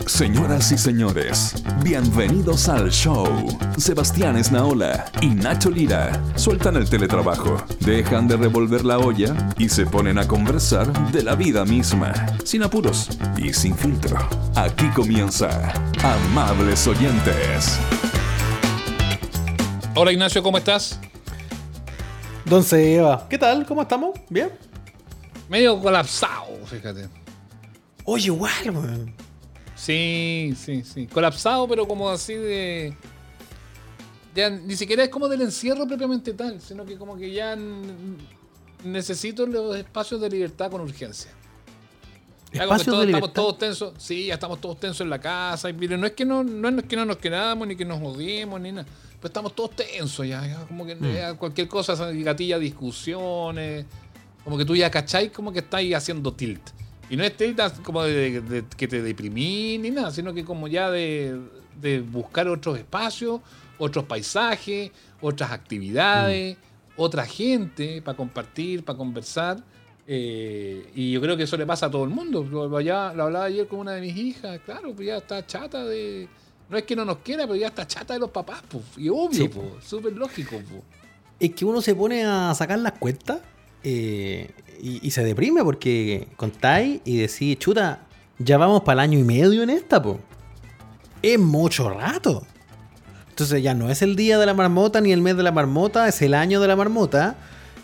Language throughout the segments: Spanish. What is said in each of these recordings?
Señoras y señores, bienvenidos al show. Sebastián Esnaola y Nacho Lira sueltan el teletrabajo, dejan de revolver la olla y se ponen a conversar de la vida misma, sin apuros y sin filtro. Aquí comienza Amables Oyentes. Hola Ignacio, ¿cómo estás? Don Seba, ¿qué tal? ¿Cómo estamos? ¿Bien? Medio colapsado, fíjate. Oye, igual, man. Sí. Colapsado, pero como así de... Ya ni siquiera es como del encierro propiamente tal, sino que como que ya necesito los espacios de libertad con urgencia. ¿Espacios de libertad? Estamos todos tensos. Sí, ya estamos todos tensos en la casa. Y mire, no es que no nos queramos, ni que nos odiemos, ni nada. Pero estamos todos tensos ya como que ya cualquier cosa gatilla discusiones. Como que tú ya cacháis como que estáis haciendo tilt. Y no es tilt como de que te deprimí ni nada, sino que como ya de buscar otros espacios, otros paisajes, otras actividades, otra gente para compartir, para conversar. Y yo creo que eso le pasa a todo el mundo. Lo hablaba ayer con una de mis hijas. Claro, pues ya está chata de... No es que no nos quiera, pero ya está chata de los papás, pues. Y obvio, Sí. pues. Súper lógico, pues. Es que uno se pone a sacar las cuentas y se deprime porque contáis y decís, chuta, ya vamos para el año y medio en esta, po. Es mucho rato. Entonces ya no es el día de la marmota ni el mes de la marmota, es el año de la marmota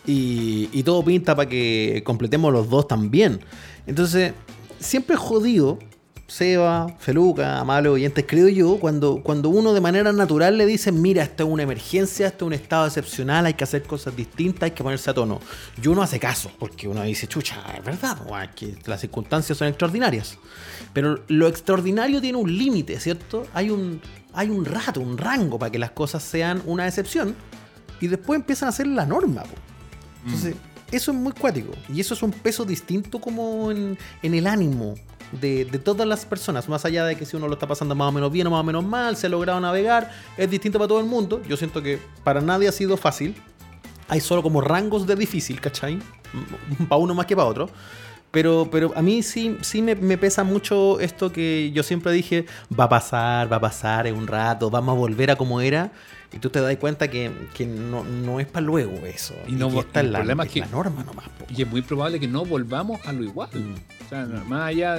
y todo pinta para que completemos los dos también. Entonces, siempre es jodido, Seba, Feluca, amables oyentes, creo yo, cuando uno de manera natural le dice, mira, esto es una emergencia, esto es un estado excepcional, hay que hacer cosas distintas, hay que ponerse a tono. Y uno hace caso, porque uno dice, chucha, es verdad, que las circunstancias son extraordinarias. Pero lo extraordinario tiene un límite, ¿cierto? Hay un rato, un rango para que las cosas sean una excepción y después empiezan a ser la norma, po. Entonces, eso es muy cuático y eso es un peso distinto como en el ánimo de todas las personas, más allá de que si uno lo está pasando más o menos bien o más o menos mal, se ha logrado navegar, es distinto para todo el mundo. Yo siento que para nadie ha sido fácil. Hay solo como rangos de difícil, ¿cachai? Para uno más que para otro. Pero a mí sí me pesa mucho esto que yo siempre dije, va a pasar, es un rato, vamos a volver a como era. Y tú te das cuenta que no es para luego eso. Y no, que esta es el problema es que la norma nomás, po. Y es muy probable que no volvamos a lo igual. O sea, más allá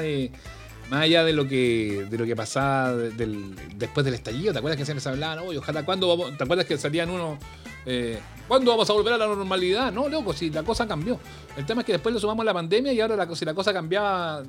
de lo que pasaba después del estallido. ¿Te acuerdas que siempre se hablaban? Oye, ojalá, ¿cuándo vamos? ¿Te acuerdas que salían unos? ¿Cuándo vamos a volver a la normalidad? No, loco, si la cosa cambió. El tema es que después le sumamos la pandemia y ahora si la cosa cambiaba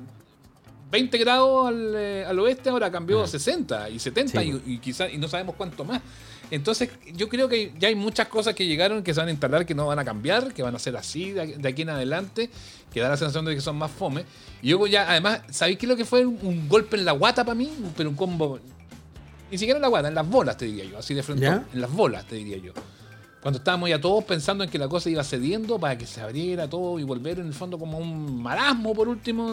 20 grados al oeste, ahora cambió 60 y 70 Sí. y quizás y no sabemos cuánto más. Entonces yo creo que ya hay muchas cosas que llegaron que se van a instalar, que no van a cambiar, que van a ser así de aquí en adelante, que da la sensación de que son más fome. Y yo ya, además, ¿sabéis qué es lo que fue? Un golpe en la guata para mí, pero un combo, ni siquiera en la guata, en las bolas te diría yo, así de frente, ¿Ya? en las bolas te diría yo. Cuando estábamos ya todos pensando en que la cosa iba cediendo para que se abriera todo y volver en el fondo como un marasmo por último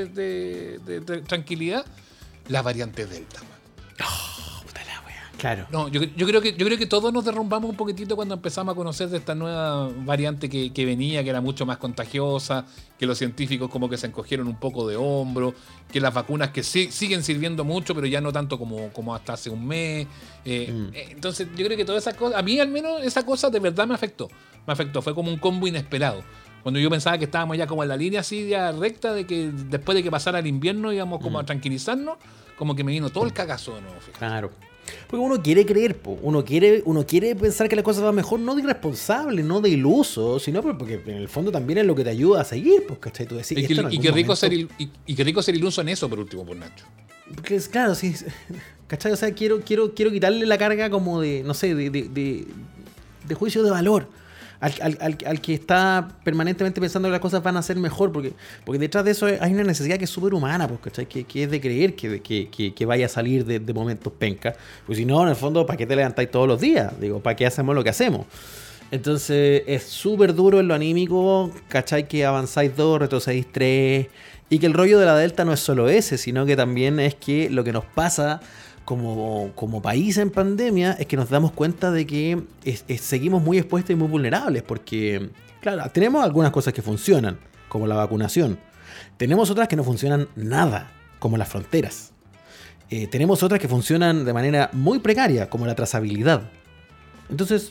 de tranquilidad, la variante Delta, man. Puta la wea. Claro. No, yo creo que todos nos derrumbamos un poquitito cuando empezamos a conocer de esta nueva variante que venía, que era mucho más contagiosa, que los científicos como que se encogieron un poco de hombro, que las vacunas que siguen sirviendo mucho, pero ya no tanto como hasta hace un mes. Entonces yo creo que todas esas cosas, a mí al menos esa cosa de verdad me afectó, fue como un combo inesperado. Cuando yo pensaba que estábamos ya como en la línea así ya recta de que después de que pasara el invierno íbamos como a tranquilizarnos, como que me vino todo el cagazo de nuevo, fíjate. Claro. Porque uno quiere creer, po. Uno quiere pensar que la cosa va mejor, no de irresponsable, no de iluso, sino porque en el fondo también es lo que te ayuda a seguir, pues, ¿cachai? Tú decís, Y qué rico ser iluso en eso, por último, por Nacho. Porque es claro, sí, ¿cachai? O sea, quiero quitarle la carga como de, no sé, de juicio de valor al que está permanentemente pensando que las cosas van a ser mejor, porque detrás de eso hay una necesidad que es súper humana, pues, ¿cachai? Que es de creer que vaya a salir de momentos pencas. Pues si no, en el fondo, ¿para qué te levantáis todos los días? Digo, ¿para qué hacemos lo que hacemos? Entonces es súper duro en lo anímico, ¿cachai? Que avanzáis 2, retrocedís 3, y que el rollo de la Delta no es solo ese, sino que también es que lo que nos pasa como país en pandemia es que nos damos cuenta de que seguimos muy expuestos y muy vulnerables, porque, claro, tenemos algunas cosas que funcionan, como la vacunación. Tenemos otras que no funcionan nada, como las fronteras. tenemos otras que funcionan de manera muy precaria, como la trazabilidad. Entonces,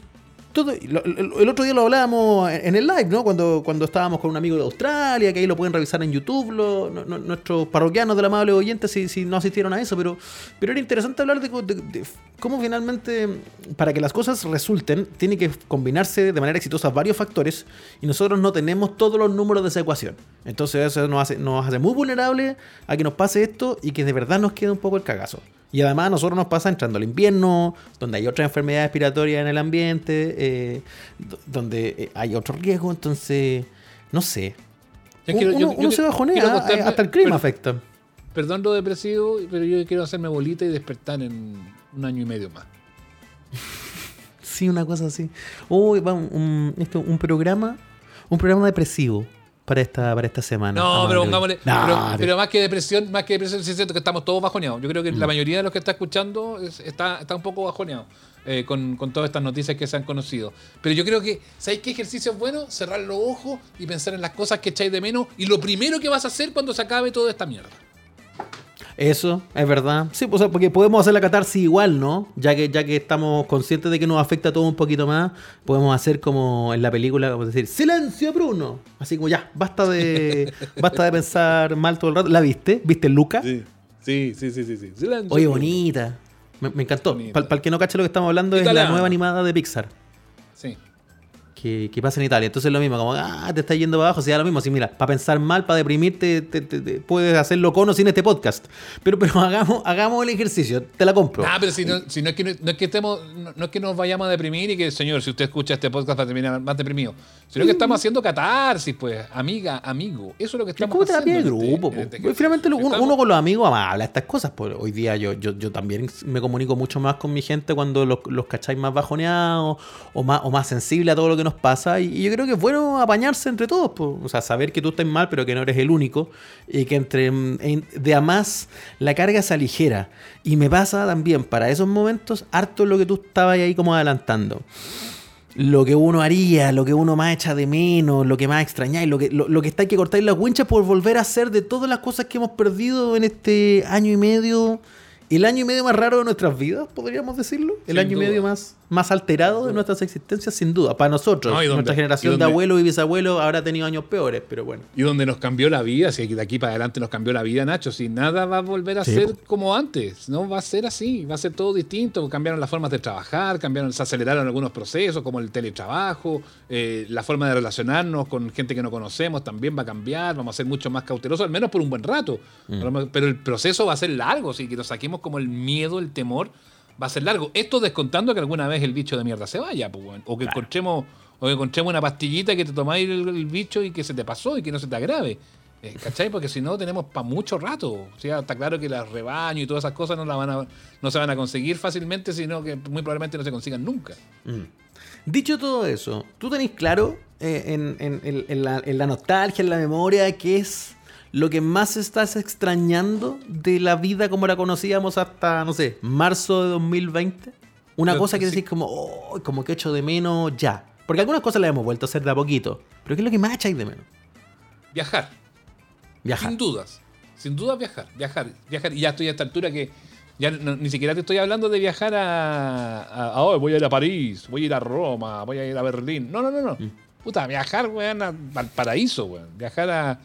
el otro día lo hablábamos en el live, ¿no? Cuando estábamos con un amigo de Australia, que ahí lo pueden revisar en YouTube, nuestros parroquianos del amable oyente, si no asistieron a eso, pero era interesante hablar de cómo finalmente, para que las cosas resulten, tiene que combinarse de manera exitosa varios factores, y nosotros no tenemos todos los números de esa ecuación. Entonces eso nos hace muy vulnerables a que nos pase esto y que de verdad nos quede un poco el cagazo. Y además a nosotros nos pasa entrando al invierno, donde hay otras enfermedades respiratorias en el ambiente, donde hay otro riesgo, entonces, no sé. Uno se bajonea, hasta el clima afecta. Perdón lo depresivo, pero yo quiero hacerme bolita y despertar en 1 año y medio más. Sí, una cosa así. Uy, un programa depresivo para esta semana. No, pero pongámosle. Pero más que depresión, sí es cierto que estamos todos bajoneados. Yo creo que la mayoría de los que está escuchando está un poco bajoneado con todas estas noticias que se han conocido. Pero yo creo que, ¿sabéis qué ejercicio es bueno? Cerrar los ojos y pensar en las cosas que echáis de menos y lo primero que vas a hacer cuando se acabe toda esta mierda. Eso, es verdad. Sí, pues, porque podemos hacer la catarsis igual, ¿no? Ya que estamos conscientes de que nos afecta todo un poquito más, podemos hacer como en la película, como decir, ¡silencio, Bruno! Así como ya, basta de pensar mal todo el rato. ¿La viste? ¿Viste Luca? Sí. Silencio, oye, bonita. Me encantó. Para el que no cache lo que estamos hablando, es la nueva animada de Pixar. Sí. Que pasa en Italia. Entonces es lo mismo, como, te está yendo para abajo, si da lo mismo. Así, mira, para pensar mal, para deprimirte, puedes hacerlo con o sin este podcast. Pero hagamos el ejercicio, te la compro. Pero si no es que nos vayamos a deprimir y que, señor, si usted escucha este podcast va a terminar más deprimido. Sino que estamos haciendo catarsis, pues, amiga, amigo. Eso es lo que estamos haciendo. Es como terapia de grupo. Finalmente uno con los amigos habla estas cosas. Pues. Hoy día yo también me comunico mucho más con mi gente cuando los cacháis más bajoneados o más sensibles a todo lo que nos pasa, y yo creo que es bueno apañarse entre todos, pues. O sea, saber que tú estás mal pero que no eres el único, y que de a más la carga se aligera. Y me pasa también para esos momentos harto lo que tú estabas ahí como adelantando, lo que uno haría, lo que uno más echa de menos, lo que más extrañáis, lo que está hay que cortar las winchas por volver a hacer de todas las cosas que hemos perdido en este año y medio. El año y medio más raro de nuestras vidas, podríamos decirlo. El año y medio más alterado de nuestras existencias, sin duda. Para nosotros, nuestra generación de abuelos y bisabuelos habrá tenido años peores, pero bueno. Y donde nos cambió la vida, si de aquí para adelante nos cambió la vida, Nacho, si nada va a volver a ser como antes, no va a ser así, va a ser todo distinto. Cambiaron las formas de trabajar, se aceleraron algunos procesos como el teletrabajo, la forma de relacionarnos con gente que no conocemos también va a cambiar, vamos a ser mucho más cautelosos, al menos por un buen rato. Pero el proceso va a ser largo, si que nos saquemos como el miedo, el temor, va a ser largo. Esto descontando que alguna vez el bicho de mierda se vaya, pues, bueno. O que encontremos una pastillita que te tomáis el bicho y que se te pasó y que no se te agrave. ¿Cachai? Porque si no tenemos para mucho rato. O sea, está claro que las rebaño y todas esas cosas no se van a conseguir fácilmente, sino que muy probablemente no se consigan nunca. Dicho todo eso, ¿tú tenés claro en la nostalgia, en la memoria, qué es lo que más estás extrañando de la vida como la conocíamos hasta, no sé, marzo de 2020? Una cosa que decís como que echo de menos ya. Porque algunas cosas las hemos vuelto a hacer de a poquito. Pero ¿qué es lo que más echáis de menos? Viajar. Sin dudas. Sin duda viajar. Y ya estoy a esta altura que ya ni siquiera te estoy hablando de viajar voy a ir a París, voy a ir a Roma, voy a ir a Berlín. No. Puta, viajar, weón, al paraíso, weón. Viajar a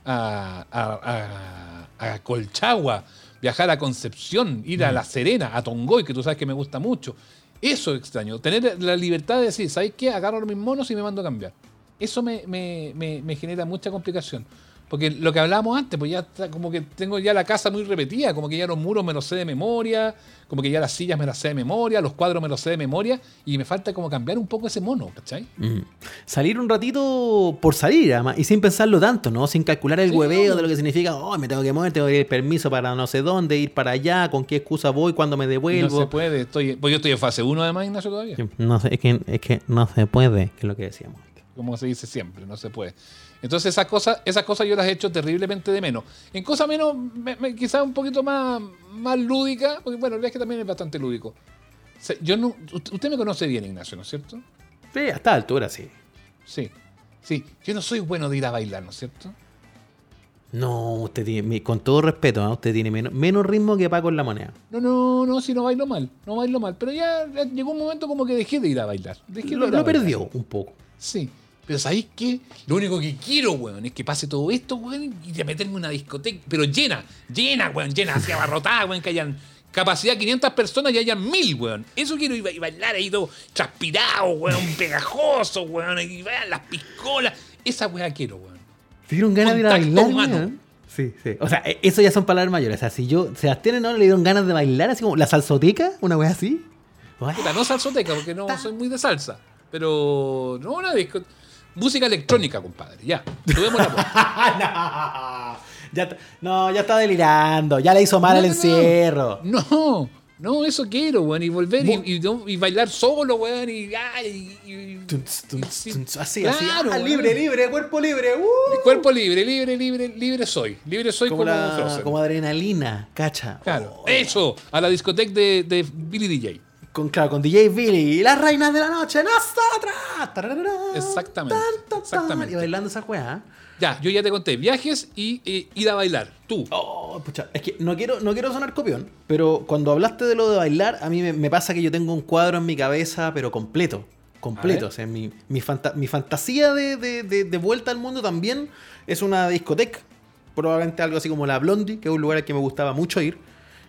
Colchagua, viajar a Concepción, ir a La Serena, a Tongoy, que tú sabes que me gusta mucho. Eso es extraño, tener la libertad de decir, ¿sabes qué? Agarro mis monos y me mando a cambiar. Eso me genera mucha complicación. Porque lo que hablábamos antes, pues ya está, como que tengo ya la casa muy repetida, como que ya los muros me los sé de memoria, como que ya las sillas me las sé de memoria, los cuadros me los sé de memoria, y me falta como cambiar un poco ese mono, ¿cachai? Salir un ratito por salir, además, y sin pensarlo tanto, ¿no? Sin calcular el hueveo de lo que significa, me tengo que mover, tengo que ir permiso para no sé dónde, ir para allá, con qué excusa voy, cuándo me devuelvo. No se puede, pues yo estoy en fase 1 además, Ignacio, todavía. No sé, es que no se puede, que es lo que decíamos. Como se dice siempre, no se puede. Entonces esas cosas yo las he hecho terriblemente de menos. En cosas menos, quizás un poquito más lúdicas, porque bueno, el viaje también es bastante lúdico. Usted me conoce bien, Ignacio, ¿no es cierto? Sí, a esta altura sí. Sí. Yo no soy bueno de ir a bailar, ¿no es cierto? No, usted tiene, con todo respeto, ¿no? Usted tiene menos ritmo que Paco en la moneda. No, si no bailo mal, pero ya llegó un momento como que dejé de ir a bailar. Lo perdió un poco. Sí. Pero ¿sabéis qué? Lo único que quiero, weón, es que pase todo esto, weón, y meterme en una discoteca, pero llena, weón, así abarrotada, weón, que hayan capacidad 500 personas y hayan 1000, weón. Eso quiero y bailar ahí todo transpirado, weón, pegajoso, weón, y vean las piscolas. Esa weá quiero, weón. ¿Te dieron ganas de ir a Contacto bailar, humano. weón? Sí. O sea, eso ya son palabras mayores. O sea, si Sebastián no le dieron ganas de bailar, así como la salsoteca, una weá así. Puta, no salsoteca, porque no soy muy de salsa. Pero, no, una discoteca. Música electrónica, compadre. Ya, subemos la voz. Ya está delirando. Ya le hizo mal el encierro. No, eso quiero, weón. Y volver y bailar solo, weón. Así. Claro, Libre, cuerpo libre. Cuerpo libre soy. Libre soy como Frozen. Como adrenalina, cacha. Claro. Eso, a la discoteca de Billy DJ. Con DJ Billy y las reinas de la noche, nosotras. Exactamente. Y bailando esa weá. Ya, yo ya te conté. Viajes y ir a bailar. Tú. Oh, pucha, es que no quiero sonar copión, pero cuando hablaste de lo de bailar, a mí me pasa que yo tengo un cuadro en mi cabeza, pero completo. O sea, mi fantasía de vuelta al mundo también es una discoteca. Probablemente algo así como la Blondie, que es un lugar al que me gustaba mucho ir.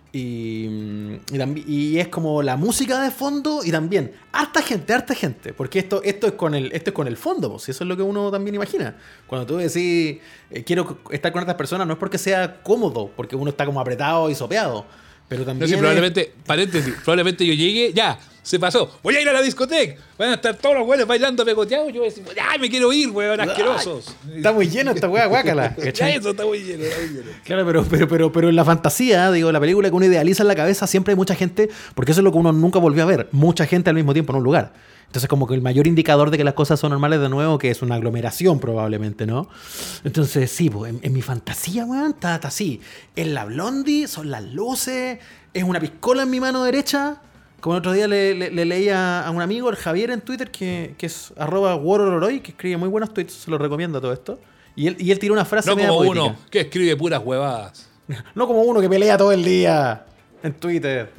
Y es como la música de fondo y también harta gente, porque esto es con el fondo, pues, eso es lo que uno también imagina. Cuando tú decís quiero estar con otras personas, no es porque sea cómodo, porque uno está como apretado y sopeado, pero también probablemente yo llegue, ya, se pasó, voy a ir a la discoteca, van a estar todos los güeyes bailando pegoteados, yo voy a decir, ya me quiero ir, weón, asquerosos. Está muy lleno esta weá, guácala. Ya eso está muy lleno. Claro, pero en la fantasía, digo, la película que uno idealiza en la cabeza, siempre hay mucha gente, porque eso es lo que uno nunca volvió a ver, mucha gente al mismo tiempo en un lugar. Entonces como que el mayor indicador de que las cosas son normales de nuevo, que es una aglomeración probablemente, ¿no? Entonces sí, pues, en mi fantasía, weón, está así. En la Blondie son las luces, es una piscola en mi mano derecha. Como el otro día le leí a un amigo, el Javier, en Twitter, que es @worororoy, que escribe muy buenos tweets, se lo recomiendo a todo esto. Y él tiró una frase no media como poética. uno que escribe puras huevadas. No como uno que pelea todo el día en Twitter.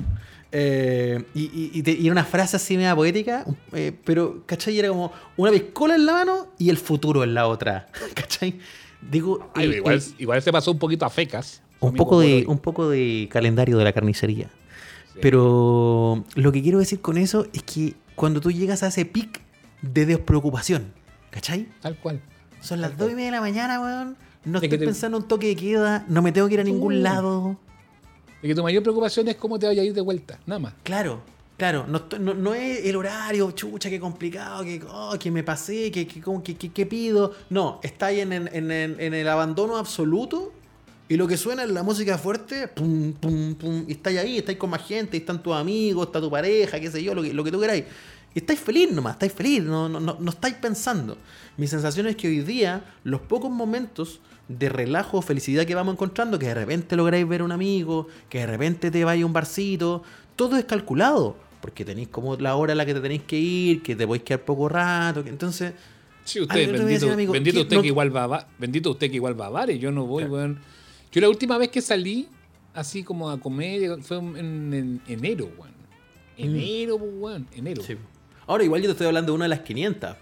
Y era una frase así media poética, pero, ¿cachai? Era como una piscola en la mano y el futuro en la otra, ¿cachai? Digo, igual se pasó un poquito a fecas. un poco de calendario de la carnicería. Sí. Pero lo que quiero decir con eso es que cuando tú llegas a ese pic de despreocupación, ¿cachai? Tal cual. Son las 2:30 de la mañana, weón. No estoy pensando en un toque de queda, no me tengo que ir a ningún lado. Y que tu mayor preocupación es cómo te vaya a ir de vuelta, nada más. Claro. No es el horario, chucha, qué complicado, que me pasé, que pido. No, está ahí en el abandono absoluto. Y lo que suena es la música fuerte, pum, pum, pum. Y estáis ahí, estáis con más gente, están tus amigos, está tu pareja, qué sé yo, lo que tú queráis. Y estáis feliz nomás, estáis feliz, no estáis pensando. Mi sensación es que hoy día, los pocos momentos de relajo o felicidad que vamos encontrando, que de repente lográis ver a un amigo, que de repente te vais a un barcito, todo es calculado, porque tenéis como la hora a la que te tenéis que ir, que te podéis quedar poco rato, decentonces... Sí, usted, bendito usted que igual va a bares, yo no voy, weón. Bueno. Yo la última vez que salí, así como a comer, fue en enero, weón. Enero. Sí. Ahora, igual yo te estoy hablando de una de las 500.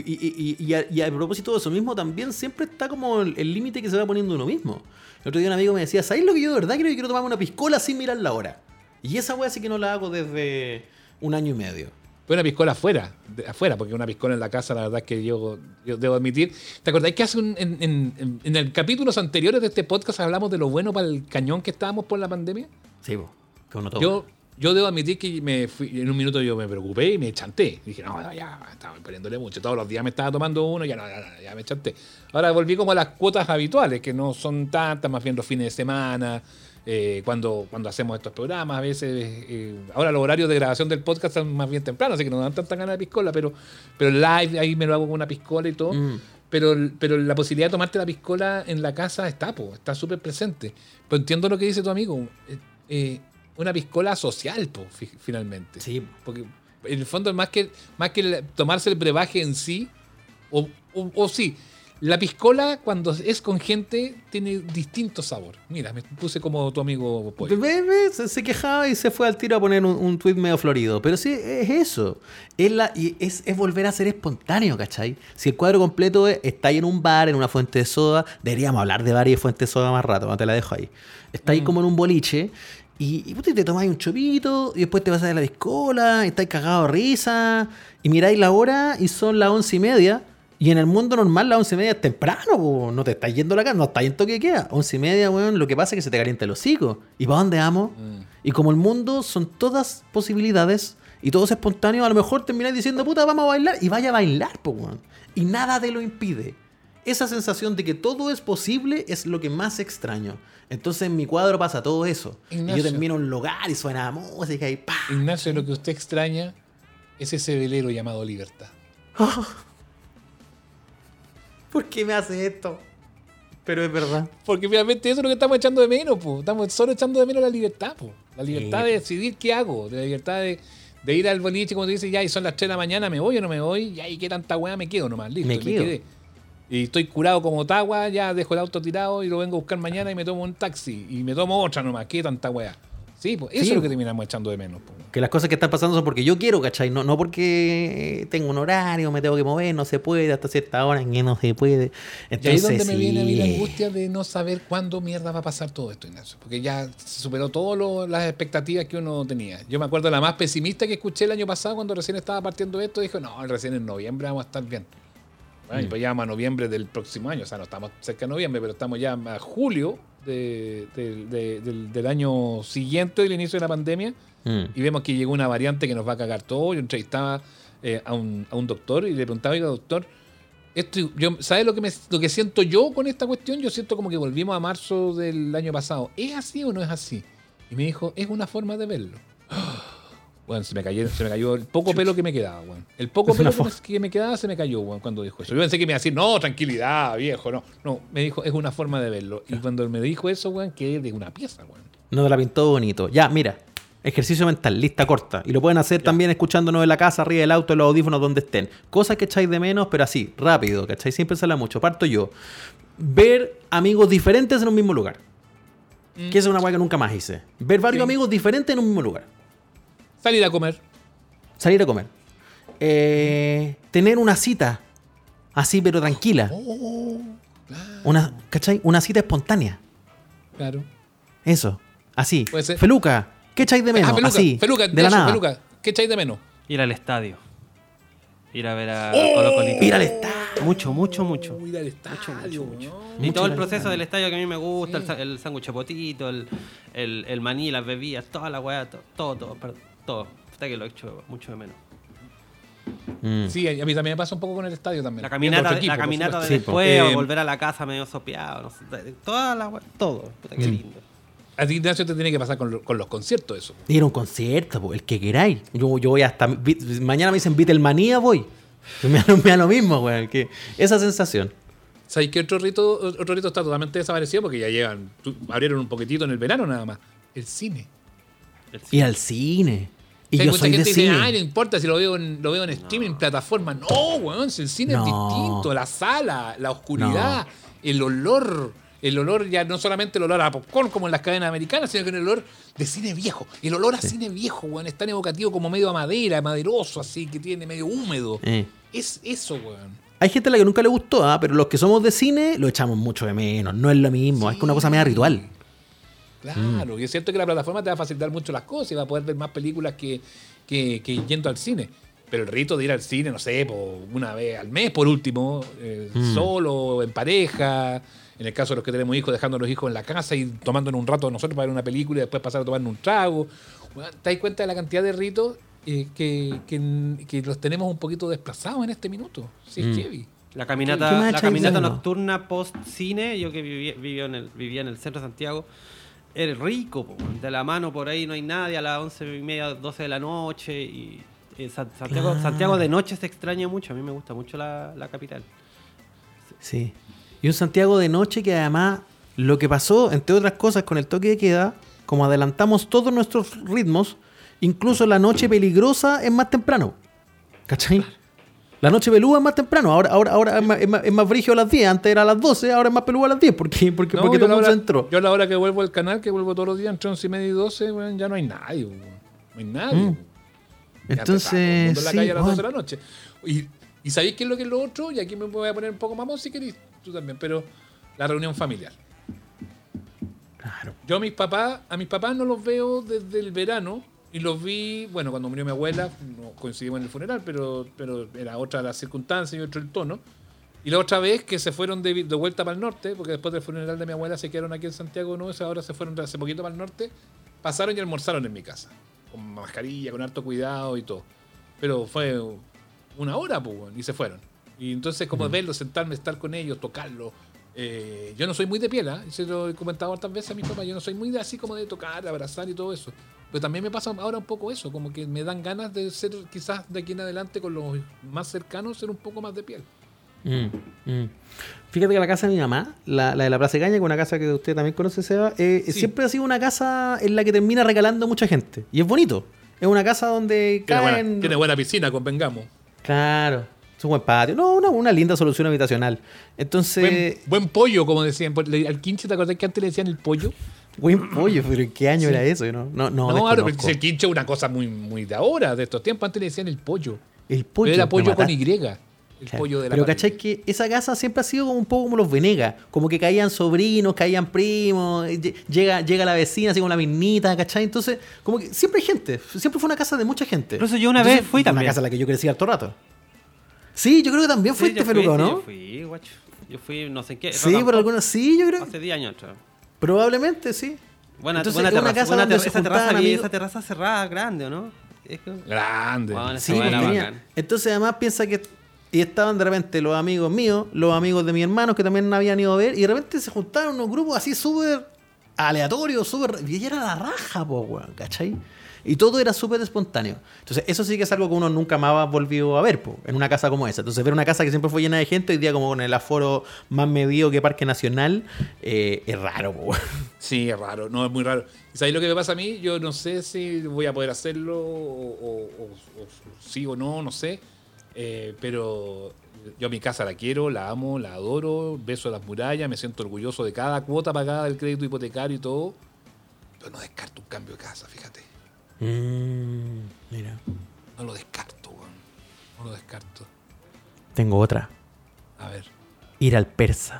Y a propósito de eso mismo, también siempre está como el límite que se va poniendo uno mismo. El otro día un amigo me decía, ¿sabes lo que yo de verdad quiero tomarme una piscola sin mirar la hora? Y esa weá sí que no la hago desde 1 año y medio. Fue una piscola afuera, porque una piscola en la casa, la verdad es que yo debo admitir. ¿Te acordáis que hace en el capítulos anteriores de este podcast hablamos de lo bueno para el cañón que estábamos por la pandemia? Sí, que uno toma. Yo debo admitir que en un minuto yo me preocupé y me chanté. Dije, no, ya, estaba poniéndole mucho. Todos los días me estaba tomando uno, ya me chanté. Ahora volví como a las cuotas habituales, que no son tantas, más bien los fines de semana, cuando hacemos estos programas. A veces, ahora los horarios de grabación del podcast son más bien tempranos, así que no dan tanta ganas de piscola, pero el live ahí me lo hago con una piscola y todo. Pero la posibilidad de tomarte la piscola en la casa está súper presente. Pero entiendo lo que dice tu amigo. Una piscola social, finalmente. Sí. Porque en el fondo, más que tomarse el brebaje en sí, o sí, La piscola, cuando es con gente, tiene distinto sabor. Mira, me puse como tu amigo Pollo. Se quejaba y se fue al tiro a poner un tuit medio florido. Pero sí, es eso. Es volver a ser espontáneo, ¿cachai? Si el cuadro completo está ahí en un bar, en una fuente de soda, deberíamos hablar de bar y de fuente de soda más rato, no te la dejo ahí. Está ahí como en un boliche y te tomáis un chopito y después te vas a la piscola y estáis cagados de risa y miráis la hora y son las 11:30. Y en el mundo normal las 11:30 es temprano, po. No te estás yendo a la casa, no estás en toque de queda. 11:30, weón, lo que pasa es que se te calienta el hocico. ¿Y para dónde vamos? Y como el mundo son todas posibilidades y todo es espontáneo, a lo mejor termináis diciendo, puta, vamos a bailar. Y vaya a bailar, po, weón. Y nada te lo impide. Esa sensación de que todo es posible es lo que más extraño. Entonces en mi cuadro pasa todo eso. Ignacio. Y yo termino en un lugar y suena música y ¡pah! Ignacio, lo que usted extraña es ese velero llamado libertad. ¿Por qué me hace esto? Pero es verdad. Porque finalmente eso es lo que estamos echando de menos, po. Estamos solo echando de menos la libertad, po. La libertad de decidir qué hago, de la libertad de ir al boliche cuando dice, ya, y son las 3 de la mañana, ¿me voy o no me voy? Ya, ¿y qué tanta weá me quedo nomás? Listo, Me quedo. quedé. Y estoy curado como Ottawa, ya dejo el auto tirado y lo vengo a buscar mañana y me tomo un taxi. Y me tomo otra nomás, ¿qué tanta weá? Sí, pues eso Sí, es lo que po. terminamos echando de menos, po. Que las cosas que están pasando son porque yo quiero, ¿cachai? No porque tengo un horario, me tengo que mover, no se puede, hasta cierta hora que no se puede. Y ahí Entonces, es donde me viene a mí la sí. angustia de no saber cuándo mierda va a pasar todo esto, Ignacio. Porque ya se superó todas las expectativas que uno tenía. Yo me acuerdo de la más pesimista que escuché el año pasado cuando recién estaba partiendo esto, dijo, no, recién en noviembre vamos a estar bien. Bueno, y pues ya vamos a noviembre del próximo año, o sea, no estamos cerca de noviembre, pero estamos ya a julio del año siguiente del inicio de la pandemia. Y vemos que llegó una variante que nos va a cagar todo. Yo entrevistaba a un doctor y le preguntaba, oiga, doctor, ¿sabes lo que siento yo con esta cuestión? Yo siento como que volvimos a marzo del año pasado. ¿Es así o no es así? Y me dijo, es una forma de verlo. Bueno, se me cayó el poco pelo que me quedaba, weón. El poco pelo que me quedaba se me cayó, weón, cuando dijo eso. Yo pensé que me iba a decir, no, tranquilidad, viejo, no. No, me dijo, es una forma de verlo. Y cuando me dijo eso, weón, quedé de una pieza, weón. No te la pintó bonito. Ya, mira. Ejercicio mental, lista corta. Y lo pueden hacer también escuchándonos en la casa, arriba del auto, en los audífonos, donde estén. Cosas que echáis de menos, pero así, rápido, ¿cachai? Siempre se habla mucho. Parto yo. Ver amigos diferentes en un mismo lugar. Que esa es una weá que nunca más hice. Ver varios amigos diferentes en un mismo lugar. Salir a comer. Salir a comer. Tener una cita. Así, pero tranquila. Claro. ¿Cachai? Una cita espontánea. Claro. Eso. Así. Puede ser. Feluca. ¿Qué echáis de menos? Feluca, Así. Feluca, de la nada. Feluca, ¿qué echáis de menos? Ir al estadio. Ir a ver a Colo Colito. Ir al estadio. Mucho, mucho, mucho. Ir al estadio, mucho. ¿no? Y todo el ir al proceso estadio. del estadio que a mí me gusta, Sí. el sándwich de potito, el maní, las bebidas, toda la weá, todo. Hasta que lo he hecho mucho de menos. Sí, a mí también me pasa un poco con el estadio también. La caminata, Otro equipo, la por caminata de supuesto. después, Sí, o volver a la casa medio sopeado, no sé, toda la weá, todo. Puta, qué lindo. A ti, Ignacio, te tiene que pasar con los conciertos eso. Ir a un concierto, po, el que queráis. Yo voy hasta. Mañana me dicen Beatlemanía, voy. Me da lo mismo, güey. Esa sensación. ¿Sabes qué otro rito está totalmente desaparecido? Porque ya abrieron un poquitito en el verano nada más. El cine. Ir al cine. Y O sea, yo mucha soy de gente dice, cine. ay, no importa si lo veo en streaming, en plataforma. No, weón, si el cine es No. distinto. La sala, la oscuridad, el olor. El olor ya no solamente el olor a popcorn como en las cadenas americanas, sino que el olor de cine viejo. El olor a cine viejo, weón, es tan evocativo como medio a madera, maderoso, así, que tiene medio húmedo. Es eso, weón. Hay gente a la que nunca le gustó, pero los que somos de cine lo echamos mucho de menos. No es lo mismo. Es que una cosa media ritual. Claro, y es cierto que la plataforma te va a facilitar mucho las cosas y va a poder ver más películas que yendo al cine. Pero el rito de ir al cine, no sé, una vez al mes por último, solo, en pareja, en el caso de los que tenemos hijos, dejando a los hijos en la casa y tomándonos un rato nosotros para ver una película y después pasar a tomarnos un trago. Bueno, ¿te das cuenta de la cantidad de ritos que los tenemos un poquito desplazados en este minuto? Sí, es heavy. La ¿Qué caminata, más la echáis caminata de menos? nocturna post-cine, yo que vivía en el centro de Santiago, era rico, po, de la mano por ahí no hay nadie a las 11:30, 12 de la noche. Y Santiago, Claro. Santiago de noche se extraña mucho, a mí me gusta mucho la capital. Sí. Y un Santiago de noche que además lo que pasó, entre otras cosas, con el toque de queda, como adelantamos todos nuestros ritmos, incluso la noche peligrosa es más temprano. ¿Cachai? La noche pelúa es más temprano. Ahora es más brígido a las 10. Antes era a las 12, ahora es más pelúa a las 10. Porque No, todo yo el la mundo hora- se entró. Yo a la hora que vuelvo al canal, que vuelvo todos los días entre 11 y media y 12, weón, ya no hay nadie, weón. No hay nadie. weón. Ya está todo el Entonces, mundo en la sí, calle a las 12 de bueno. la noche. Y ¿sabéis qué es lo otro? Y aquí me voy a poner un poco mamón si queréis, tú también, pero la reunión familiar. Claro. Yo a mis papás no los veo desde el verano y los vi, bueno, cuando murió mi abuela, no coincidimos en el funeral, pero era otra la circunstancia y otro el tono. Y la otra vez que se fueron de vuelta para el norte, porque después del funeral de mi abuela se quedaron aquí en Santiago, ¿no? Ahora se fueron hace poquito para el norte, pasaron y almorzaron en mi casa, con mascarilla, con harto cuidado y todo. Pero fue una hora, pues, y se fueron. Y entonces, como verlos, sentarme, estar con ellos, tocarlos. Yo no soy muy de piel, ¿eh? Se lo he comentado hartas veces a mi papá. Yo no soy muy de así como de tocar, de abrazar y todo eso. Pero también me pasa ahora un poco eso, como que me dan ganas de ser, quizás de aquí en adelante, con los más cercanos, ser un poco más de piel. Fíjate que la casa de mi mamá, la de la Plaza de Caña, que es una casa que usted también conoce, Seba, Sí. siempre ha sido una casa en la que termina regalando mucha gente. Y es bonito. Es una casa donde caen... Tiene buena piscina, convengamos. Claro. Es un buen patio. No, una linda solución habitacional. Entonces... Buen pollo, como decían. Al Quinche, ¿te acordás que antes le decían el pollo? Buen pollo, pero ¿en qué año era eso? No, ahora desconozco. el Quinche es una cosa muy, muy de ahora, de estos tiempos. Antes le decían el pollo. El pollo. Pero era pollo me con mataste. Y. El Claro. pollo de la Pero parrilla. ¿cachai? Que esa casa siempre ha sido como un poco como los Venegas. Como que caían sobrinos, caían primos, llega la vecina así con la minita, ¿cachai? Entonces, como que siempre hay gente. Siempre fue una casa de mucha gente. Incluso yo una Entonces, vez fui una también. casa en la que yo crecí harto rato. Sí, yo creo que también fuiste, yo fui, Feluca, sí, ¿no? Yo fui, guacho. Yo fui, no sé en qué. Sí, Rock and por Pop, algunos... Sí, yo creo. Hace 10 años atrás. Probablemente, sí. Buena, Entonces, buena es una terraza, casa buena donde ter- se esa terraza juntaban vi, amigos. esa terraza cerrada, grande, ¿o no? Es que- Grande. Bueno, esa Sí, weá pues era tenía- bacán. Entonces además piensa que y estaban de repente los amigos míos, los amigos de mi hermano que también habían ido a ver, y de repente se juntaron unos grupos así súper aleatorios, súper... Y era la raja, po, weón, ¿cachai? Y todo era súper espontáneo. Entonces eso sí que es algo que uno nunca más volvió a ver, po, en una casa como esa. Entonces ver una casa que siempre fue llena de gente, hoy día como con el aforo más medido que Parque Nacional, es raro, po, weón. Sí, es raro, no, es muy raro. ¿Y sabéis lo que me pasa a mí? Yo no sé si voy a poder hacerlo o sí o no, no sé. Pero yo a mi casa la quiero, la amo, la adoro, beso las murallas, me siento orgulloso de cada cuota pagada del crédito hipotecario y todo. Pero no descarto un cambio de casa, fíjate. Mira. No lo descarto, weón. No lo descarto. Tengo otra. A ver. Ir al persa.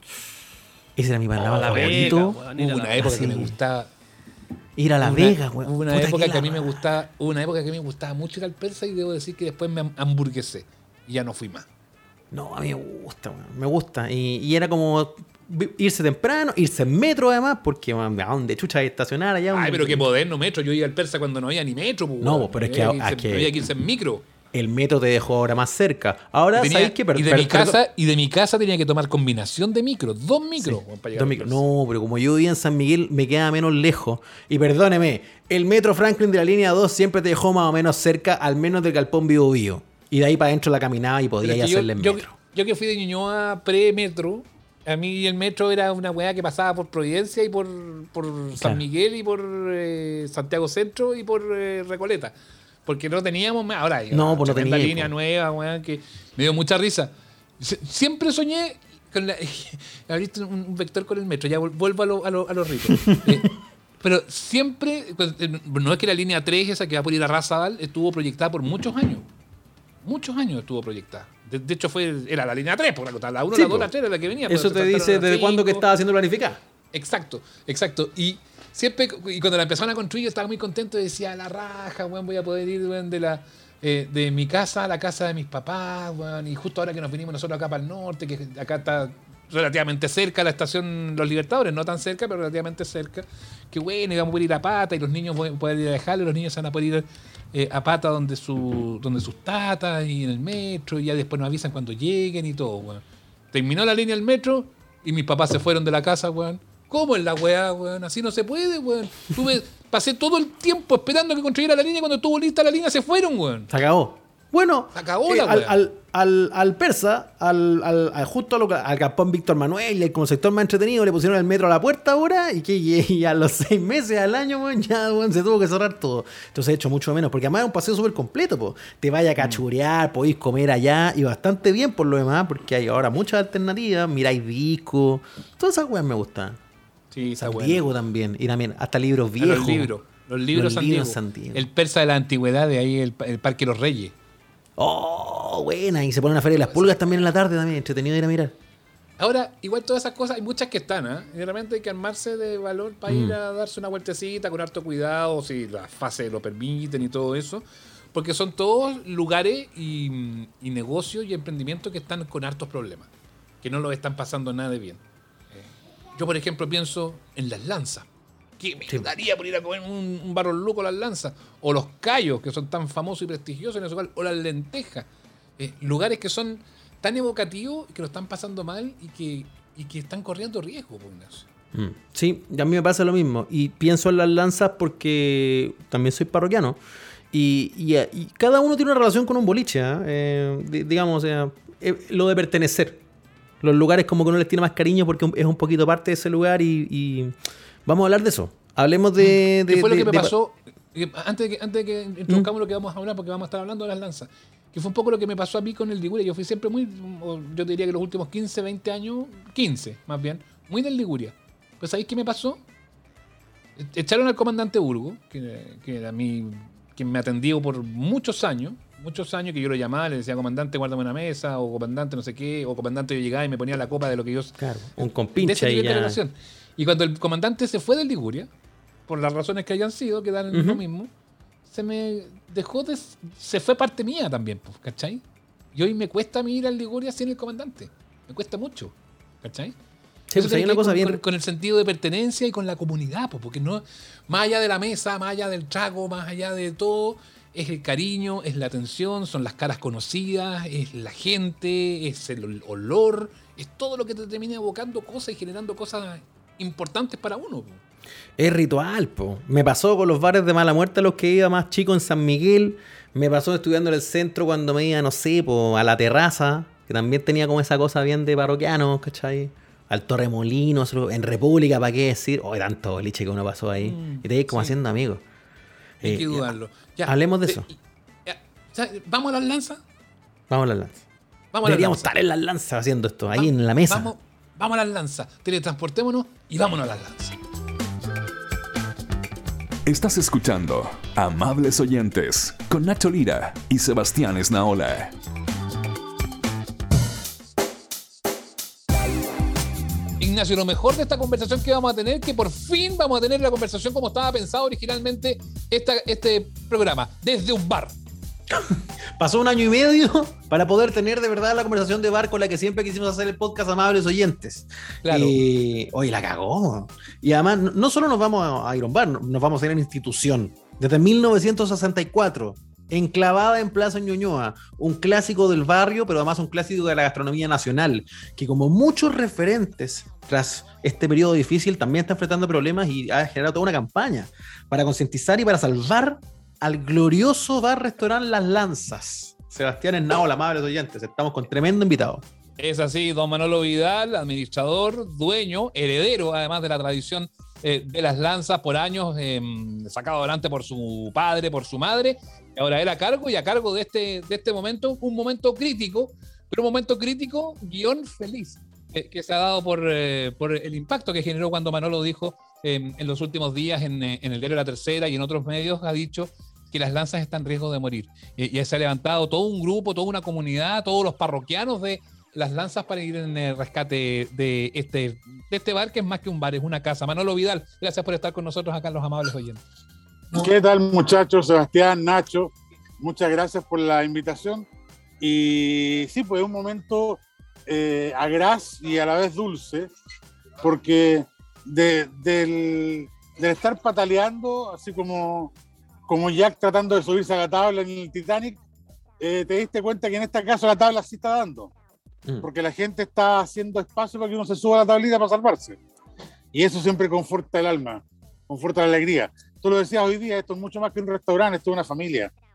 Ese era mi panorama La favorito. Vega, weón, ir a Hubo la- una época así. que me gustaba. Ir a La Vega, weón. Hubo una Puta, época que que a mí la- me gustaba, hubo una época que a mí me gustaba mucho ir al persa y debo decir que después me hamburguesé y ya no fui más. No, a mí me gusta, weón. Me gusta. Y era como irse temprano, irse en metro además, porque man, ¿a dónde chucha hay que estacionar allá? Ay, ¿Dónde- pero qué moderno metro. Yo iba al persa cuando no había ni metro, pues, No, weón. pero es que había a que- había que irse en micro. El metro te dejó ahora más cerca. Ahora, Tenía- ¿sabéis qué? y de mi casa tenía que tomar combinación de micros, dos micros, weón, para llegar Dos al micros. persa. No, pero como yo vivía en San Miguel, me queda menos lejos. Y perdóneme, el metro Franklin de la línea 2 siempre te dejó más o menos cerca, al menos del Galpón Bio Bio. Y de ahí para adentro la caminaba y Pero podía es que hacerle en metro. yo que fui de Ñuñoa pre-metro, a mí el metro era una weá que pasaba por Providencia y por San Claro. Miguel y por Santiago Centro y por Recoleta. Porque no teníamos más. Ahora hay No, una pues no tremenda tenía, línea pues. nueva, weá, que me dio mucha risa. Siempre soñé con la. Abriste un vector con el metro, ya vuelvo a los ritos. Pero siempre, pues, no es que la línea 3, esa que va por ir a Razabal, estuvo proyectada por muchos años. Muchos años estuvo proyectada. De hecho, era la línea 3, por la 1, Sí, la 2, po. la 3 era la que venía. Eso te dice desde cuándo que estaba siendo planificada. Exacto, exacto. Y siempre, y cuando la empezaron a construir, yo estaba muy contento y decía, la raja, weón, voy a poder ir, weón, de mi casa a la casa de mis papás, weón. Y justo ahora que nos vinimos nosotros acá para el norte, que acá está relativamente cerca la estación Los Libertadores, no tan cerca, pero relativamente cerca. Que bueno, y vamos a poder ir a pata y los niños van a poder ir a dejarlo, los niños se van a poder ir a pata donde sus tatas y en el metro, y ya después nos avisan cuando lleguen y todo, weón. Terminó la línea del metro y mis papás se fueron de la casa, weón. ¿Cómo es la weá, weón? Así no se puede, weón. Pasé todo el tiempo esperando que construyera la línea y cuando estuvo lista la línea se fueron, weón. Se acabó. Bueno, Se acabó la wea. al persa, justo al Capón Víctor Manuel y el como sector más entretenido le pusieron el metro a la puerta ahora y a los 6 meses al año, weón, ya weón, se tuvo que cerrar todo. Entonces he hecho mucho menos, porque además es un paseo súper completo, po. Te vaya a cachurear, podéis comer allá y bastante bien por lo demás, porque hay ahora muchas alternativas, miráis discos, todas esas weas me gustan. Sí, está San bueno. Diego también, y también hasta libros viejos. Los libros San Diego. El persa de la antigüedad, de ahí el Parque Los Reyes. Oh, buena, y se pone una feria de las pulgas también en la tarde, también, entretenido de ir a mirar. Ahora, igual todas esas cosas, hay muchas que están, ¿eh? Y realmente hay que armarse de valor para ir a darse una vueltecita con harto cuidado, si las fases lo permiten y todo eso. Porque son todos lugares y negocios y emprendimientos que están con hartos problemas, que no los están pasando nada de bien. Yo, por ejemplo, pienso en Las Lanzas. ¿Qué me daría por ir a comer un barro loco a Las Lanzas? O los Cayos, que son tan famosos y prestigiosos en ese lugar. O las Lentejas. Lugares que son tan evocativos que lo están pasando mal y que están corriendo riesgo, por eso. Sí, a mí me pasa lo mismo. Y pienso en Las Lanzas porque también soy parroquiano. Y cada uno tiene una relación con un boliche, digamos, lo de pertenecer. Los lugares como que uno les tiene más cariño porque es un poquito parte de ese lugar y vamos a hablar de eso. Hablemos de... ¿Qué fue lo que me pasó? Antes de que introduzcamos lo que vamos a hablar, porque vamos a estar hablando de Las Lanzas, que fue un poco lo que me pasó a mí con el Liguria. Yo fui siempre yo te diría que los últimos 15, 20 años, 15 más bien, muy del Liguria. Pues ¿sabéis qué me pasó? Echaron al comandante Burgo, que era quien me atendió por muchos años que yo lo llamaba, le decía, comandante, guárdame una mesa, o comandante no sé qué, o comandante yo llegaba y me ponía la copa de lo que yo... Claro, un compinche ahí ya. Y cuando el comandante se fue del Liguria, por las razones que hayan sido, que dan lo mismo, se fue parte mía también, ¿cachai? Y hoy me cuesta a mí ir al Liguria sin el comandante. Me cuesta mucho, ¿cachai? Sí, pues hay una cosa bien... Con el sentido de pertenencia y con la comunidad, porque no, más allá de la mesa, más allá del trago, más allá de todo, es el cariño, es la atención, son las caras conocidas, es la gente, es el olor, es todo lo que te termina evocando cosas y generando cosas importantes para uno. Es ritual, po. Me pasó con los bares de mala muerte a los que iba más chico en San Miguel. Me pasó estudiando en el centro cuando me iba, no sé, a la terraza, que también tenía como esa cosa bien de parroquianos, ¿cachai? Al Torremolinos, en República, ¿para qué decir? Oh, tanto boliche que uno pasó ahí. Y te ibas como haciendo amigos. Hay que dudarlo. Ya, hablemos de eso. ¿Vamos a Las Lanzas? Vamos a Las Lanzas. Deberíamos estar en Las Lanzas haciendo esto, ahí en la mesa. Vamos a Las Lanzas. Teletransportémonos y vámonos a Las Lanzas. Estás escuchando Amables Oyentes con Nacho Lira y Sebastián Esnaola. Ignacio, lo mejor de esta conversación que vamos a tener, que por fin vamos a tener la conversación como estaba pensado originalmente este programa, desde un bar. Pasó 1 año y medio para poder tener de verdad la conversación de bar con la que siempre quisimos hacer el podcast Amables Oyentes. Claro. Oye, la cagó. Y además, no solo nos vamos a ir a un bar, nos vamos a ir a una institución. Desde 1964, enclavada en Plaza Ñuñoa, un clásico del barrio, pero además un clásico de la gastronomía nacional, que como muchos referentes tras este periodo difícil también está enfrentando problemas y ha generado toda una campaña para concientizar y para salvar al glorioso bar-restaurante Las Lanzas. Sebastián Esnaola, Amables Oyentes, estamos con tremendo invitado. Es así, don Manolo Vidal, administrador, dueño, heredero además de la tradición de Las Lanzas por años, sacado adelante por su padre, por su madre, y ahora él a cargo de este momento, un momento crítico, pero un momento crítico guión feliz, que se ha dado por el impacto que generó cuando Manolo dijo en los últimos días en el diario La Tercera y en otros medios, ha dicho que Las Lanzas están en riesgo de morir. Y se ha levantado todo un grupo, toda una comunidad, todos los parroquianos de Las Lanzas para ir en el rescate de este bar, que es más que un bar, es una casa. Manolo Vidal, gracias por estar con nosotros acá en Los Amables Oyentes. ¿Qué tal, muchachos? Sebastián, Nacho, muchas gracias por la invitación. Y sí, pues es un momento agraz y a la vez dulce, porque del estar pataleando, así como Jack tratando de subirse a la tabla en el Titanic, te diste cuenta que en este caso la tabla sí está dando, porque la gente está haciendo espacio para que uno se suba a la tablita para salvarse, y eso siempre conforta el alma, conforta la alegría. Tú lo decías hoy día, esto es mucho más que un restaurante, esto es una familia,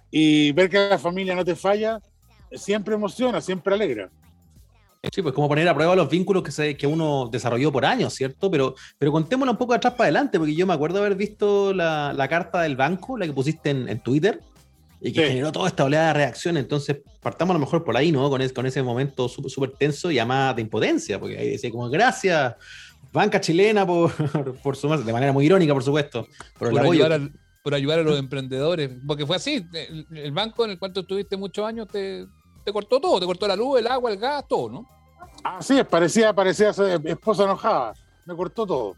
y ver que la familia no te falla siempre emociona, siempre alegra. Sí, pues como poner a prueba los vínculos que uno desarrolló por años, ¿cierto? Pero contémoslo un poco de atrás para adelante, porque yo me acuerdo haber visto la carta del banco, la que pusiste en Twitter, y que generó toda esta oleada de reacción. Entonces, partamos a lo mejor por ahí, ¿no? Con ese momento súper tenso y además de impotencia, porque ahí decía como, gracias, banca chilena, por su de manera muy irónica, por supuesto, por el apoyo. Por ayudar a los emprendedores, porque fue así, el banco en el cual tú estuviste muchos años te cortó todo, te cortó la luz, el agua, el gas, todo, ¿no? Así es, parecía esposa enojada, me cortó todo.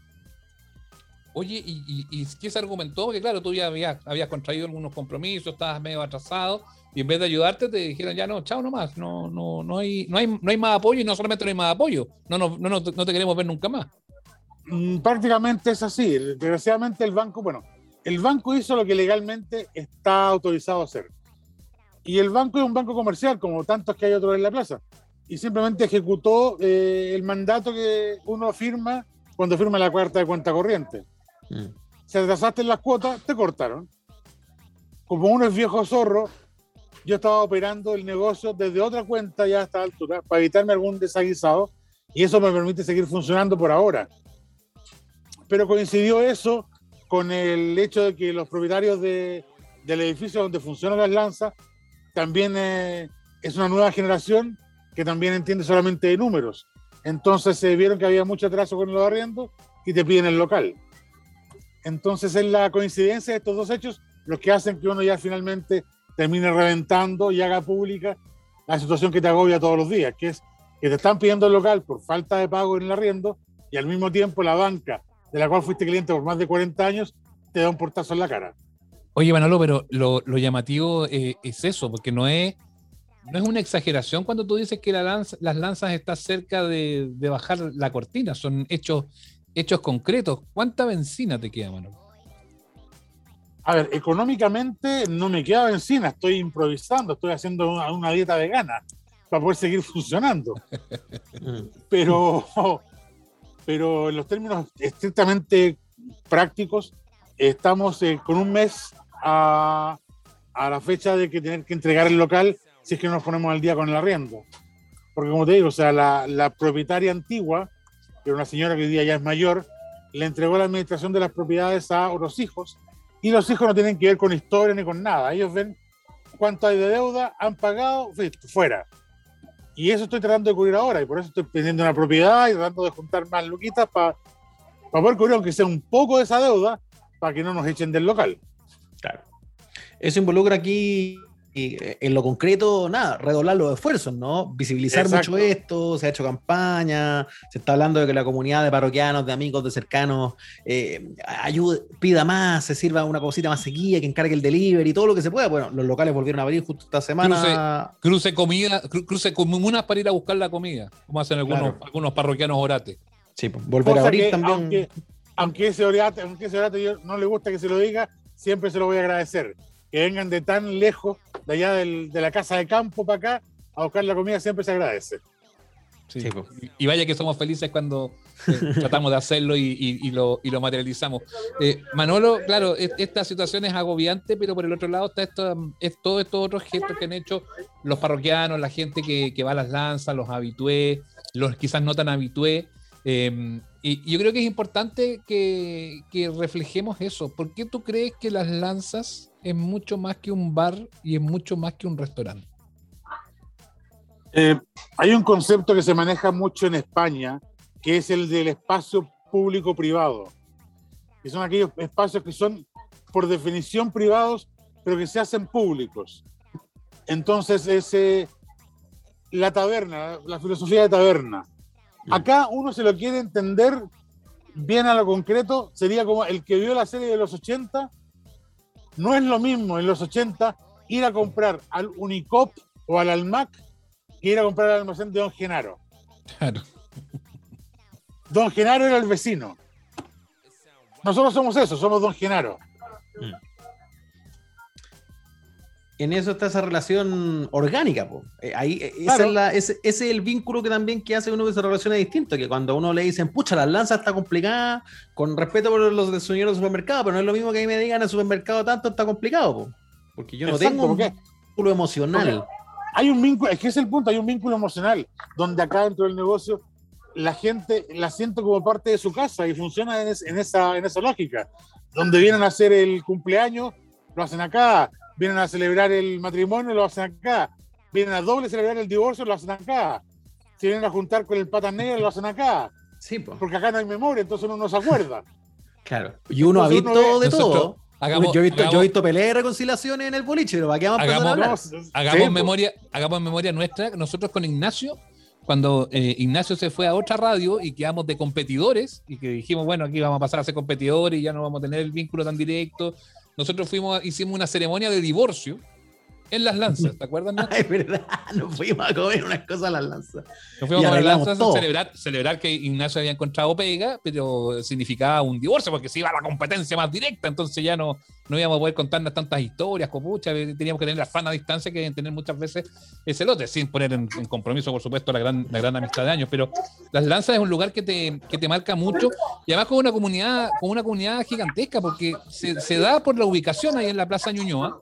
Oye, ¿y qué se argumentó? Porque claro, tú ya habías contraído algunos compromisos, estabas medio atrasado, y en vez de ayudarte te dijeron ya no, chao nomás, no hay más apoyo, y no solamente no hay más apoyo, no te queremos ver nunca más. Prácticamente es así. Desgraciadamente el banco hizo lo que legalmente está autorizado a hacer. Y el banco es un banco comercial, como tantos que hay otros en la plaza. Y simplemente ejecutó el mandato que uno firma cuando firma la carta de cuenta corriente. Si atrasaste en las cuotas, te cortaron. Como uno es viejo zorro, yo estaba operando el negocio desde otra cuenta ya a esta altura para evitarme algún desaguisado, y eso me permite seguir funcionando por ahora. Pero coincidió eso con el hecho de que los propietarios del edificio donde funcionan las lanzas también es una nueva generación que también entiende solamente de números. Entonces se vieron que había mucho atraso con los arriendos y te piden el local. Entonces es la coincidencia de estos dos hechos los que hacen que uno ya finalmente termine reventando y haga pública la situación que te agobia todos los días, que es que te están pidiendo el local por falta de pago en el arriendo, y al mismo tiempo la banca de la cual fuiste cliente por más de 40 años te da un portazo en la cara. Oye, Manolo, pero lo llamativo es eso, porque no es una exageración cuando tú dices que las lanzas están cerca de bajar la cortina, son hechos concretos. ¿Cuánta benzina te queda, Manolo? A ver, económicamente no me queda benzina, estoy improvisando, estoy haciendo una dieta vegana para poder seguir funcionando. Pero en los términos estrictamente prácticos, estamos con un mes a la fecha de que tener que entregar el local si es que no nos ponemos al día con el arriendo. Porque como te digo, o sea, la propietaria antigua, que era una señora que hoy día ya es mayor, le entregó la administración de las propiedades a los hijos, y los hijos no tienen que ver con historia ni con nada. Ellos ven cuánto hay de deuda, han pagado, fuera. Y eso estoy tratando de cubrir ahora, y por eso estoy pendiendo una propiedad y tratando de juntar más luquitas para poder cubrir, aunque sea un poco de esa deuda, para que no nos echen del local. Claro. Eso involucra aquí, en lo concreto, redoblar los esfuerzos, ¿no? Visibilizar Exacto. mucho esto, se ha hecho campaña, se está hablando de que la comunidad de parroquianos, de amigos, de cercanos, ayude, pida más, se sirva una cosita más seguida, que encargue el delivery, todo lo que se pueda. Bueno, los locales volvieron a abrir justo esta semana. Cruce comunas para ir a buscar la comida, como hacen algunos parroquianos orates. Sí, pues, volver a abrir también. Aunque ese orate yo no le gusta que se lo diga, siempre se lo voy a agradecer. Que vengan de tan lejos, de allá de la casa de campo para acá, a buscar la comida, siempre se agradece. Sí. Y vaya que somos felices cuando tratamos de hacerlo y lo materializamos. Manolo, claro, esta situación es agobiante, pero por el otro lado está todos estos otros gestos que han hecho los parroquianos, la gente que va a las lanzas, los habitués, los quizás no tan habitués. Y yo creo que es importante que reflejemos eso. ¿Por qué tú crees que las lanzas es mucho más que un bar y es mucho más que un restaurante? Hay un concepto que se maneja mucho en España, que es el del espacio público-privado, que son aquellos espacios que son por definición privados, pero que se hacen públicos. Entonces la taberna, la filosofía de taberna. Acá uno se lo quiere entender bien a lo concreto, sería como el que vio la serie de los 80. No es lo mismo en los 80 ir a comprar al Unicop o al Almac que ir a comprar al almacén de Don Genaro. Claro. Don Genaro era el vecino. Nosotros somos eso, somos Don Genaro. En eso está esa relación orgánica, po. Claro. Ese es el vínculo que hace uno que se relaciona distinto, que cuando a uno le dicen, pucha, la lanza está complicada, con respeto por los del señor del supermercado, pero no es lo mismo que a mí me digan el supermercado tanto está complicado, po. Porque yo no Exacto, tengo un porque- vínculo emocional. Hay un vínculo, es que ese es el punto, hay un vínculo emocional, donde acá dentro del negocio la gente la siente como parte de su casa y funciona en esa lógica. Donde vienen a hacer el cumpleaños, lo hacen acá, vienen a celebrar el matrimonio, lo hacen acá, vienen a doble celebrar el divorcio, lo hacen acá, si vienen a juntar con el Patas Negras, lo hacen acá, Sí, pues. porque acá no hay memoria, entonces uno no se acuerda. Claro. Y uno ha Entonces visto uno ve- de todo. Nosotros hagamos- yo he hagamos- visto peleas y reconciliaciones en el boliche, pero ¿para qué vamos a empezar a hablar? Hagamos memoria nuestra. Nosotros con Ignacio, cuando Ignacio se fue a otra radio y quedamos de competidores y que dijimos, bueno, aquí vamos a pasar a ser competidores y ya no vamos a tener el vínculo tan directo. Nosotros hicimos una ceremonia de divorcio en Las Lanzas, ¿te acuerdas, Nacho? Ay, verdad, nos fuimos a comer unas cosas a las lanzas. Nos fuimos Y a Las arreglamos Lanzas todo. a celebrar que Ignacio había encontrado pega, pero significaba un divorcio porque se iba a la competencia más directa, entonces ya no íbamos a poder contarnos tantas historias, copucha, teníamos que tener la sana distancia que deben tener muchas veces ese lote, sin poner en compromiso, por supuesto, la gran amistad de años, pero Las Lanzas es un lugar que te marca mucho y además con una comunidad gigantesca porque se da por la ubicación ahí en la Plaza Ñuñoa.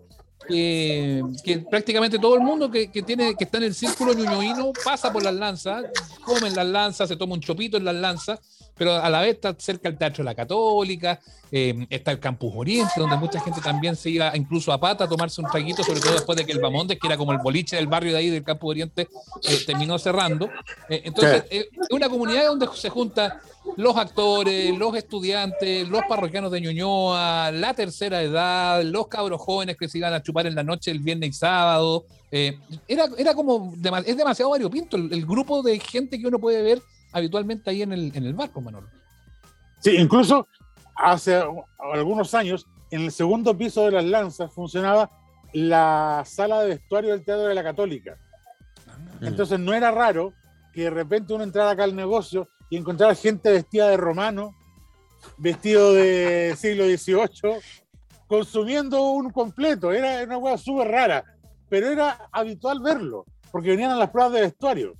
Que prácticamente todo el mundo que está en el círculo ñuñoíno pasa por Las Lanzas, come en Las Lanzas, se toma un chopito en Las Lanzas, pero a la vez está cerca el Teatro de la Católica, está el Campus Oriente, donde mucha gente también se iba incluso a pata a tomarse un traguito, sobre todo después de que el Bamondes, que era como el boliche del barrio de ahí del Campus Oriente, terminó cerrando. Entonces, es una comunidad donde se juntan los actores, los estudiantes, los parroquianos de Ñuñoa, la tercera edad, los cabros jóvenes que se iban a chupar en la noche el viernes y sábado. Era como, es demasiado variopinto el grupo de gente que uno puede ver habitualmente ahí en el barco, Manolo. Sí, incluso hace algunos años, en el segundo piso de Las Lanzas funcionaba la sala de vestuario del Teatro de la Católica. Entonces no era raro que de repente uno entrara acá al negocio y encontrara gente vestida de romano, vestido de siglo XVIII, consumiendo un completo. Era una hueá súper rara, pero era habitual verlo, porque venían a las pruebas de vestuario.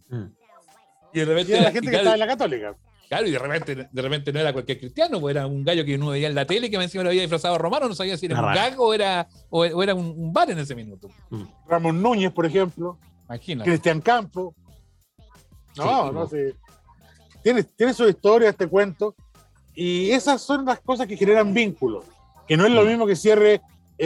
Y de Y repente era la gente que estaba en la Católica. Claro, y de repente no era cualquier cristiano, pues era un gallo que uno veía en la tele que encima lo había disfrazado de romano, no sabía si era un gag o era un bar en ese minuto. Ramón Núñez, por ejemplo, Imagínate. Cristian Campo. No, Sí, no sé. Tiene su historia este cuento, y esas son las cosas que generan vínculos, que no es lo mismo que cierre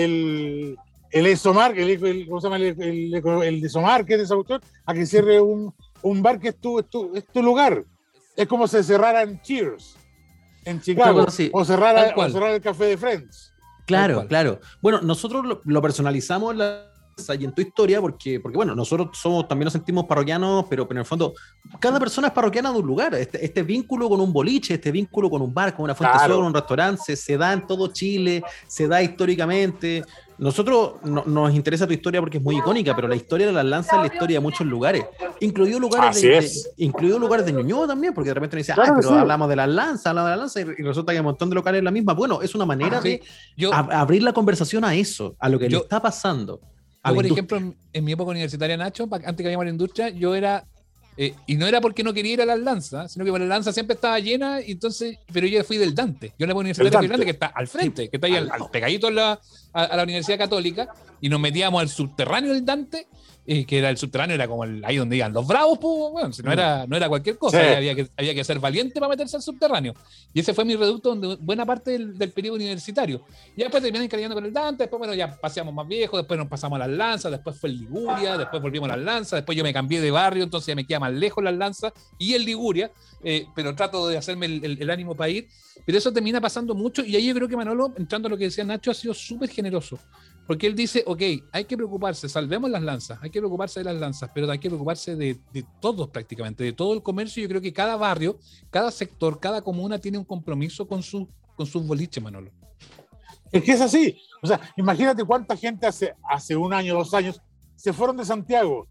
el Esomar, ¿cómo se llama? El Esomar, que es de esa cuestión, a que cierre un bar que es tu lugar. Es como si cerraran Cheers en Chicago, cosa así. o cerrar Tal cual. el Café de Friends. Claro, cual. claro. Bueno, nosotros lo personalizamos en la y en tu historia porque bueno, nosotros también nos sentimos parroquianos, pero en el fondo cada persona es parroquiana de un lugar. Este vínculo con un boliche, este vínculo con un bar, con una fuente de Claro. sol, un restaurante, se da en todo Chile, se da históricamente. Nosotros nos interesa tu historia porque es muy icónica, pero la historia de Las Lanzas es la historia de muchos lugares, incluidos lugares Así es. incluidos lugares de Ñuñoa también, porque de repente nos dice, Claro que pero sí. hablamos de Las Lanzas, y resulta que hay un montón de locales en la misma. Bueno, es una manera Sí, de yo, abrir la conversación a eso, a lo que le Yo- está pasando. a Yo, la por industria. ejemplo, en mi época universitaria, Nacho, antes que vayamos a la industria, yo era, y no era porque no quería ir a Las Lanzas, sino que la Lanza siempre estaba llena, y entonces, pero yo fui del Dante. Yo en la universitaria fui Dante. grande, que está al frente, que está ahí pegadito a la Universidad Católica, y nos metíamos al subterráneo del Dante, que era el subterráneo, era como ahí donde iban los bravos, pues, bueno, si no era cualquier cosa, Sí. había que ser valiente para meterse al subterráneo. Y ese fue mi reducto donde buena parte del periodo universitario. Y después terminé encariñando con el Dante, después, bueno, ya paseamos más viejos, después nos pasamos a Las Lanzas, después fue el Liguria, después volvimos a Las Lanzas, después yo me cambié de barrio, entonces ya me queda más lejos Las Lanzas y el Liguria, pero trato de hacerme el ánimo para ir. Pero eso termina pasando mucho, y ahí yo creo que Manolo, entrando a lo que decía Nacho, ha sido súper generoso. Porque él dice, ok, hay que preocuparse, salvemos Las Lanzas, hay que preocuparse de Las Lanzas, pero hay que preocuparse de todos prácticamente, de todo el comercio. Yo creo que cada barrio, cada sector, cada comuna tiene un compromiso con sus boliches, Manolo. Es que es así. O sea, imagínate cuánta gente hace un año, 2 años, se fueron de Santiago,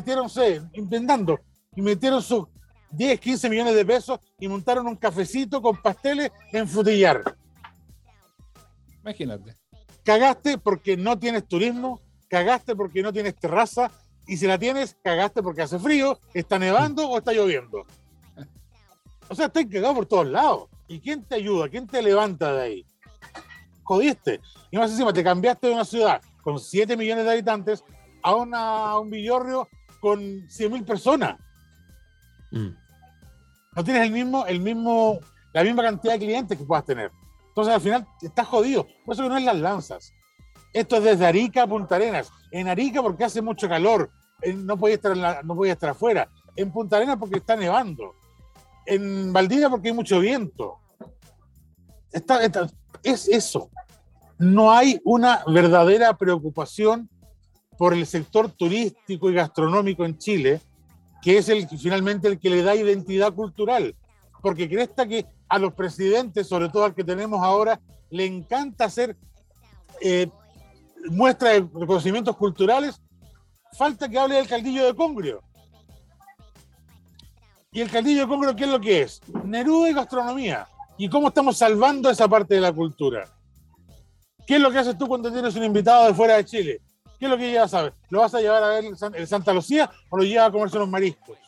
inventando, y metieron sus 10, 15 millones de pesos y montaron un cafecito con pasteles en Frutillar. Imagínate. Cagaste porque no tienes turismo, cagaste porque no tienes terraza, y si la tienes, cagaste porque hace frío, está nevando o está lloviendo. O sea, estás cagado por todos lados. ¿Y quién te ayuda? ¿Quién te levanta de ahí? Jodiste. Y más encima, te cambiaste de una ciudad con 7 millones de habitantes a un Villorrio con 100.000 personas. No tienes la misma cantidad de clientes que puedas tener. Entonces al final estás jodido. Por eso que no es Las Lanzas. Esto es desde Arica a Punta Arenas. En Arica porque hace mucho calor, no podía estar afuera. En Punta Arenas porque está nevando. En Valdivia porque hay mucho viento. Es eso. No hay una verdadera preocupación por el sector turístico y gastronómico en Chile, que es finalmente el que le da identidad cultural. Porque cresta que a los presidentes, sobre todo al que tenemos ahora, le encanta hacer muestras de reconocimientos culturales. Falta que hable del caldillo de congrio. ¿Y el caldillo de congrio qué es lo que es? Neruda y gastronomía. ¿Y cómo estamos salvando esa parte de la cultura? ¿Qué es lo que haces tú cuando tienes un invitado de fuera de Chile? ¿Qué es lo que llevas a ver? ¿Lo vas a llevar a ver el Santa Lucía o lo llevas a comerse unos mariscos?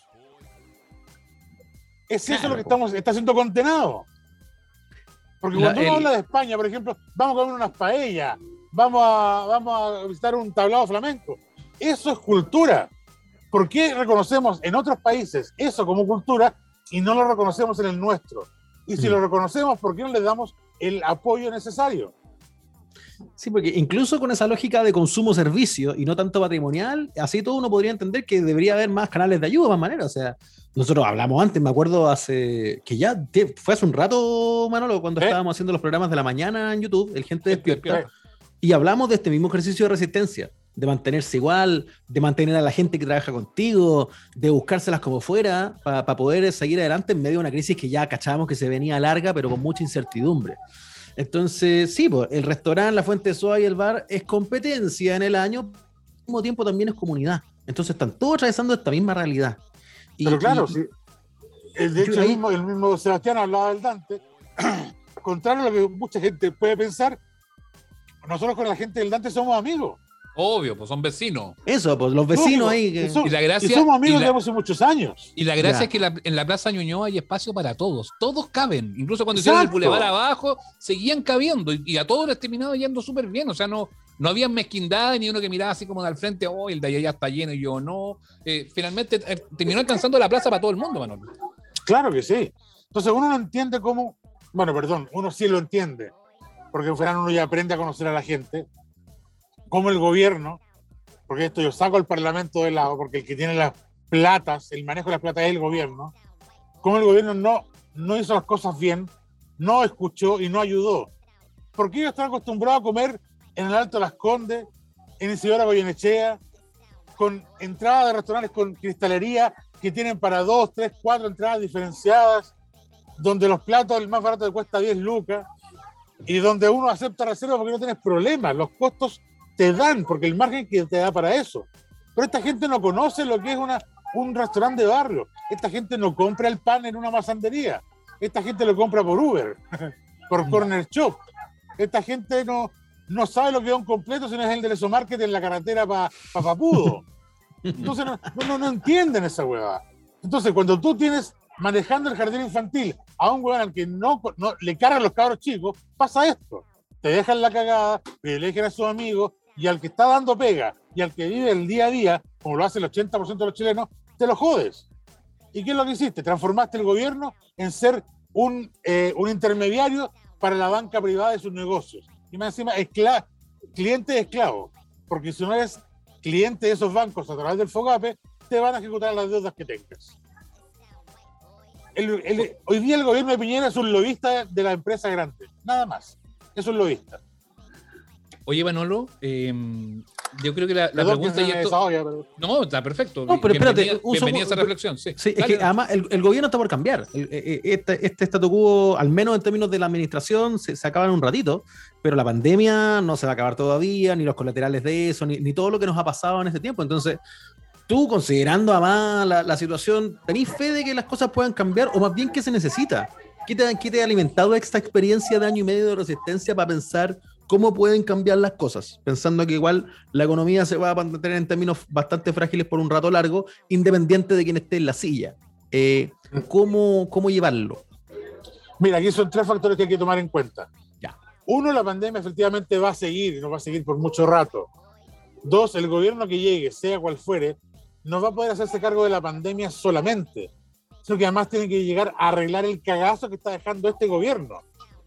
Es eso lo que está siendo condenado. Porque cuando uno habla de España, por ejemplo, vamos a comer unas paellas, vamos a visitar un tablado flamenco. Eso es cultura. ¿Por qué reconocemos en otros países eso como cultura y no lo reconocemos en el nuestro? Y si lo reconocemos, ¿por qué no le damos el apoyo necesario? Sí, porque incluso con esa lógica de consumo-servicio y no tanto patrimonial, así todo uno podría entender que debería haber más canales de ayuda, más maneras. O sea, nosotros hablamos antes, me acuerdo fue hace un rato, Manolo, cuando estábamos haciendo los programas de la mañana en YouTube, el Gente Despierta, y hablamos de este mismo ejercicio de resistencia, de mantenerse igual, de mantener a la gente que trabaja contigo, de buscárselas como fuera, para poder seguir adelante en medio de una crisis que ya cachábamos que se venía larga, pero con mucha incertidumbre. Entonces, sí, pues, el restaurante, la Fuente de Soda y el bar es competencia en el año, al mismo tiempo también es comunidad. Entonces están todos atravesando esta misma realidad. Pero claro, sí. De hecho, el mismo Sebastián hablaba del Dante. Contrario a lo que mucha gente puede pensar, nosotros con la gente del Dante somos amigos. Obvio, pues son vecinos. Eso, pues los vecinos ahí. Y la gracia, y somos amigos de hace muchos años. Y la gracia es que en la Plaza Ñuñoa hay espacio para todos. Todos caben. Incluso cuando hicieron el bulevar abajo, seguían cabiendo. Y a todos les terminaba yendo súper bien. O sea, no había mezquindad ni uno que miraba así como de al frente, el de allá ya está lleno y yo no. Finalmente terminó alcanzando la plaza para todo el mundo, Manolo. Claro que sí. Entonces uno no entiende cómo. Bueno, perdón, uno sí lo entiende. Porque en verano uno ya aprende a conocer a la gente. Como el gobierno, porque esto yo saco al Parlamento de lado, porque el que tiene las platas, el manejo de las platas es el gobierno, como el gobierno no hizo las cosas bien, no escuchó y no ayudó. Porque ellos están acostumbrados a comer en el Alto Las Condes, en Isidora Goyenechea, con entradas de restaurantes con cristalería que tienen para 2, 3, 4 entradas diferenciadas, donde los platos, el más barato te cuesta 10 lucas, y donde uno acepta reserva porque no tienes problemas, los costos te dan, porque el margen que te da para eso. Pero esta gente no conoce lo que es un restaurante de barrio. Esta gente no compra el pan en una masandería. Esta gente lo compra por Uber, por Corner Shop. Esta gente no sabe lo que es un completo, sino es el de Lesomarket en la carretera para Papudo. Entonces no entienden esa huevada. Entonces cuando tú tienes manejando el jardín infantil a un huevón al que no le cargan los cabros chicos, pasa esto. Te dejan la cagada, privilegian a sus amigos, y al que está dando pega y al que vive el día a día, como lo hace el 80% de los chilenos, te lo jodes. ¿Y qué es lo que hiciste? Transformaste el gobierno en ser un intermediario para la banca privada de sus negocios. Y más encima, cliente de esclavo. Porque si no eres cliente de esos bancos a través del FOGAPE, te van a ejecutar las deudas que tengas. Hoy día el gobierno de Piñera es un lobista de la empresa grande. Nada más. Es un lobista. Oye, Manolo, yo creo que la pregunta y esto... No, está perfecto. No, pero espérate. Bienvenida a esa reflexión. Sí, es que además el gobierno está por cambiar. Este statu quo, al menos en términos de la administración, se acaba en un ratito, pero la pandemia no se va a acabar todavía, ni los colaterales de eso, ni todo lo que nos ha pasado en este tiempo. Entonces, tú, considerando además la situación, ¿tenés fe de que las cosas puedan cambiar? O más bien, ¿qué se necesita? ¿Qué te ha alimentado esta experiencia de año y medio de resistencia para pensar cómo pueden cambiar las cosas? Pensando que igual la economía se va a mantener en términos bastante frágiles por un rato largo, independiente de quién esté en la silla. ¿Cómo llevarlo? Mira, aquí son 3 factores que hay que tomar en cuenta. Ya. Uno, la pandemia efectivamente va a seguir, y no va a seguir por mucho rato. Dos, el gobierno que llegue, sea cual fuere, no va a poder hacerse cargo de la pandemia solamente, sino que además tiene que llegar a arreglar el cagazo que está dejando este gobierno.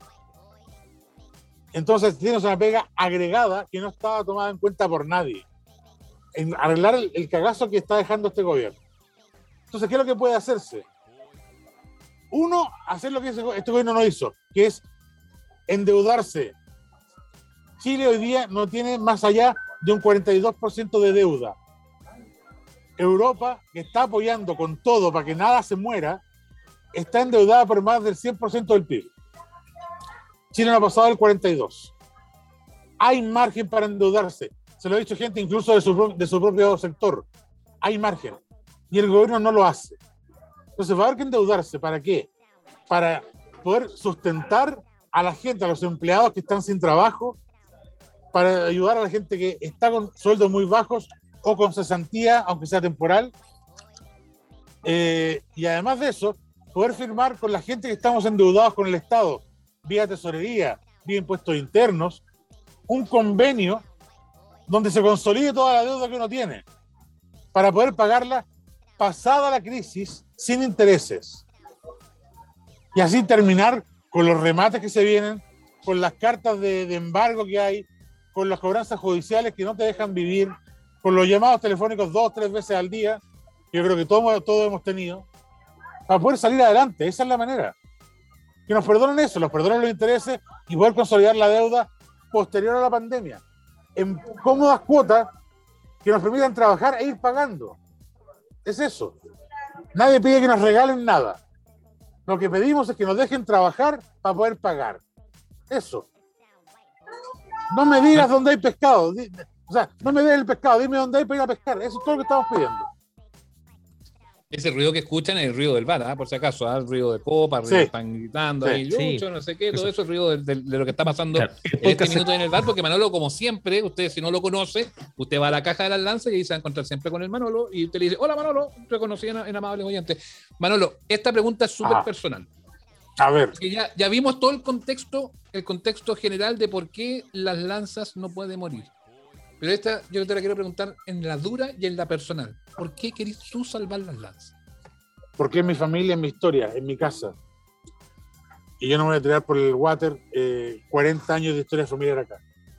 Entonces tienes una pega agregada que no estaba tomada en cuenta por nadie, en arreglar el cagazo que está dejando este gobierno. Entonces, ¿qué es lo que puede hacerse? Uno, hacer lo que este gobierno no hizo, que es endeudarse. Chile hoy día no tiene más allá de un 42% de deuda. Europa, que está apoyando con todo para que nada se muera, está endeudada por más del 100% del PIB. Chile no ha pasado el 42%. Hay margen para endeudarse. Se lo ha dicho gente incluso de su propio sector. Hay margen. Y el gobierno no lo hace. Entonces va a haber que endeudarse. ¿Para qué? Para poder sustentar a la gente, a los empleados que están sin trabajo, para ayudar a la gente que está con sueldos muy bajos o con cesantía, aunque sea temporal. Y además de eso, poder firmar con la gente que estamos endeudados con el Estado, vía tesorería, vía impuestos internos, un convenio donde se consolide toda la deuda que uno tiene para poder pagarla pasada la crisis sin intereses. Y así terminar con los remates que se vienen, con las cartas de embargo que hay, con las cobranzas judiciales que no te dejan vivir, con los llamados telefónicos 2 o 3 veces al día, yo creo que todos hemos tenido, para poder salir adelante. Esa es la manera. Que nos perdonen eso, nos perdonen los intereses y poder consolidar la deuda posterior a la pandemia, en cómodas cuotas que nos permitan trabajar e ir pagando. Es eso. Nadie pide que nos regalen nada. Lo que pedimos es que nos dejen trabajar para poder pagar. Eso. No me digas dónde hay pescado. O sea, no me des el pescado, dime dónde hay para ir a pescar. Eso es todo lo que estamos pidiendo. Ese ruido que escuchan es el ruido del bar, por si acaso, el ruido de copa, ruido están gritando, ahí, Lucho, no sé qué, todo eso es ruido de lo que está pasando en este minuto en el bar, porque Manolo, como siempre, usted si no lo conoce, usted va a la caja de las lanzas y ahí se va a encontrar siempre con el Manolo y usted le dice, hola Manolo, reconocí en amables oyentes. Manolo, esta pregunta es súper personal. A ver. Porque ya vimos todo el contexto general de por qué las lanzas no pueden morir. Pero esta yo te la quiero preguntar en la dura y en la personal. ¿Por qué querés tú salvar las lanzas? Porque es mi familia, es mi historia, es mi casa. Y yo no me voy a tirar por el water 40 años de historia familiar acá.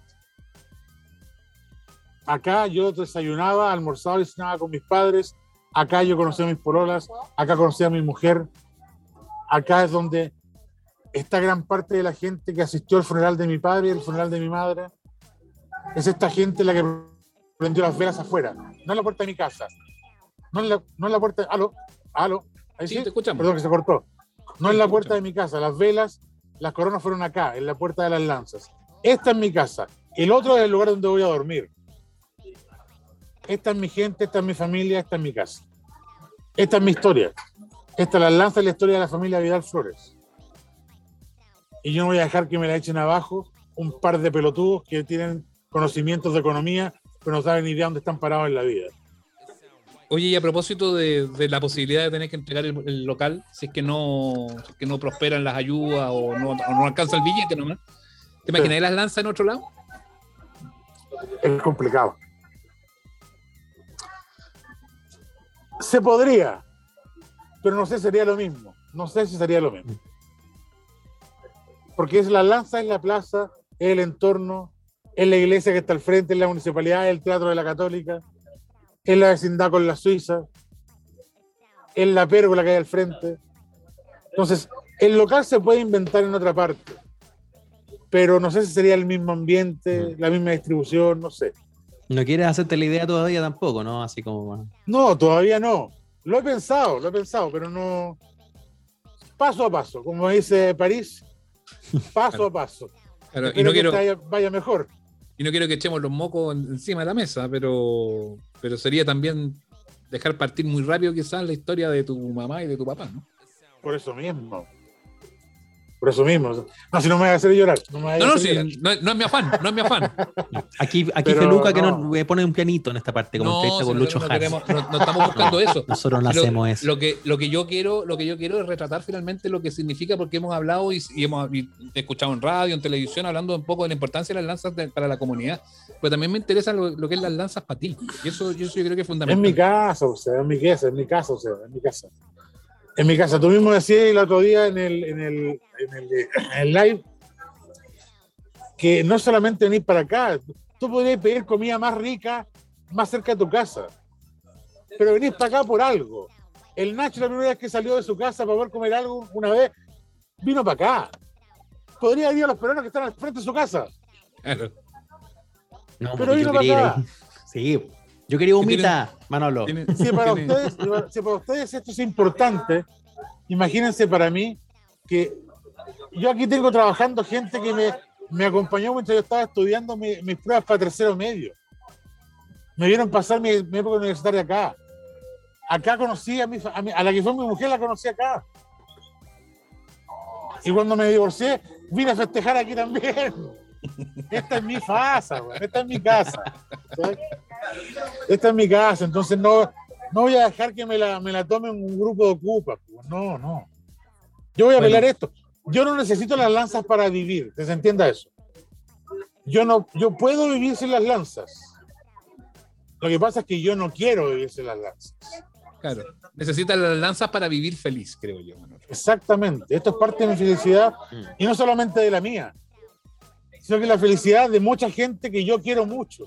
Acá yo desayunaba, almorzaba y cenaba con mis padres. Acá yo conocí a mis pololas. Acá conocí a mi mujer. Acá es donde está gran parte de la gente que asistió al funeral de mi padre y al funeral de mi madre. Es esta gente la que prendió las velas afuera, no en la puerta de mi casa, no en la puerta. ¿Aló? ¿Ahí sí? Te escuchamos. Perdón que se cortó. No en la puerta de mi casa, las velas, las coronas fueron acá, en la puerta de las lanzas. Esta es mi casa, el otro es el lugar donde voy a dormir. Esta es mi gente, esta es mi familia, esta es mi casa. Esta es mi historia. Esta es las lanzas y la historia de la familia Vidal Flores. Y yo no voy a dejar que me la echen abajo un par de pelotudos que tienen conocimientos de economía, pero no saben ni idea dónde están parados en la vida. Oye, y a propósito de la posibilidad de tener que entregar el local, si es que no prosperan las ayudas o no alcanza el billete nomás, ¿te imaginas las lanzas en otro lado? Es complicado. Se podría, pero no sé si sería lo mismo. No sé si sería lo mismo. Porque es la lanza, es la plaza, es el entorno, es la iglesia que está al frente, es la municipalidad, es el teatro de la Católica, es la vecindad con la Suiza, es la pérgola que hay al frente. Entonces, el local se puede inventar en otra parte, pero no sé si sería el mismo ambiente, la misma distribución, no sé. No quieres hacerte la idea todavía tampoco, ¿no? Así como... No, todavía no. Lo he pensado, pero no... Paso a paso, como dice París, paso a paso. Claro, y no quiero que vaya mejor. Y no quiero que echemos los mocos encima de la mesa, pero sería también dejar partir muy rápido quizás la historia de tu mamá y de tu papá, ¿no? Por eso mismo. Por eso mismo. No, si no me va a hacer llorar. No, me vaya a No, hacer sí, llorar. no es mi afán, no es mi afán. Aquí Pero Feluca que no. nos pone un pianito en esta parte, como No, entrevista si con Lucho nosotros no, Jara. queremos, no estamos buscando eso. Nosotros no hacemos eso. Lo que yo quiero es retratar finalmente lo que significa, porque hemos hablado y hemos escuchado en radio, en televisión, hablando un poco de la importancia de las lanzas para la comunidad. Pero también me interesa lo que es las lanzas para ti. Y eso yo creo que es En fundamental. mi casa, o sea, en mi casa, en mi casa, o sea, en mi casa. En mi casa. Tú mismo decías el otro día en el live que no solamente venir para acá, tú podrías pedir comida más rica, más cerca de tu casa. Pero venís para acá por algo. El Nacho, la primera vez que salió de su casa para poder comer algo una vez, vino para acá. Podría ir a los peruanos que están al frente de su casa. Claro. No, Pero porque vino yo quería ir para acá. ahí. Sí, yo quería humita, Manolo. Si para ustedes esto es importante, imagínense para mí que yo aquí tengo trabajando gente que me acompañó mientras yo estaba estudiando mis pruebas para tercero medio. Me vieron pasar mi época universitaria acá. Acá conocí a la que fue mi mujer, la conocí acá. Y cuando me divorcié, vine a festejar aquí también. Esta es mi casa, güey. Esta es mi casa. ¿Sabes? Esta es mi casa, entonces no voy a dejar que me la tome un grupo de ocupas. No. Yo voy a pelear esto. Yo no necesito las lanzas para vivir, que se entienda eso. Yo puedo vivir sin las lanzas. Lo que pasa es que yo no quiero vivir sin las lanzas. Claro. Necesitas las lanzas para vivir feliz, creo yo, Manolo. Exactamente. Esto es parte de mi felicidad y no solamente de la mía, sino que la felicidad de mucha gente que yo quiero mucho.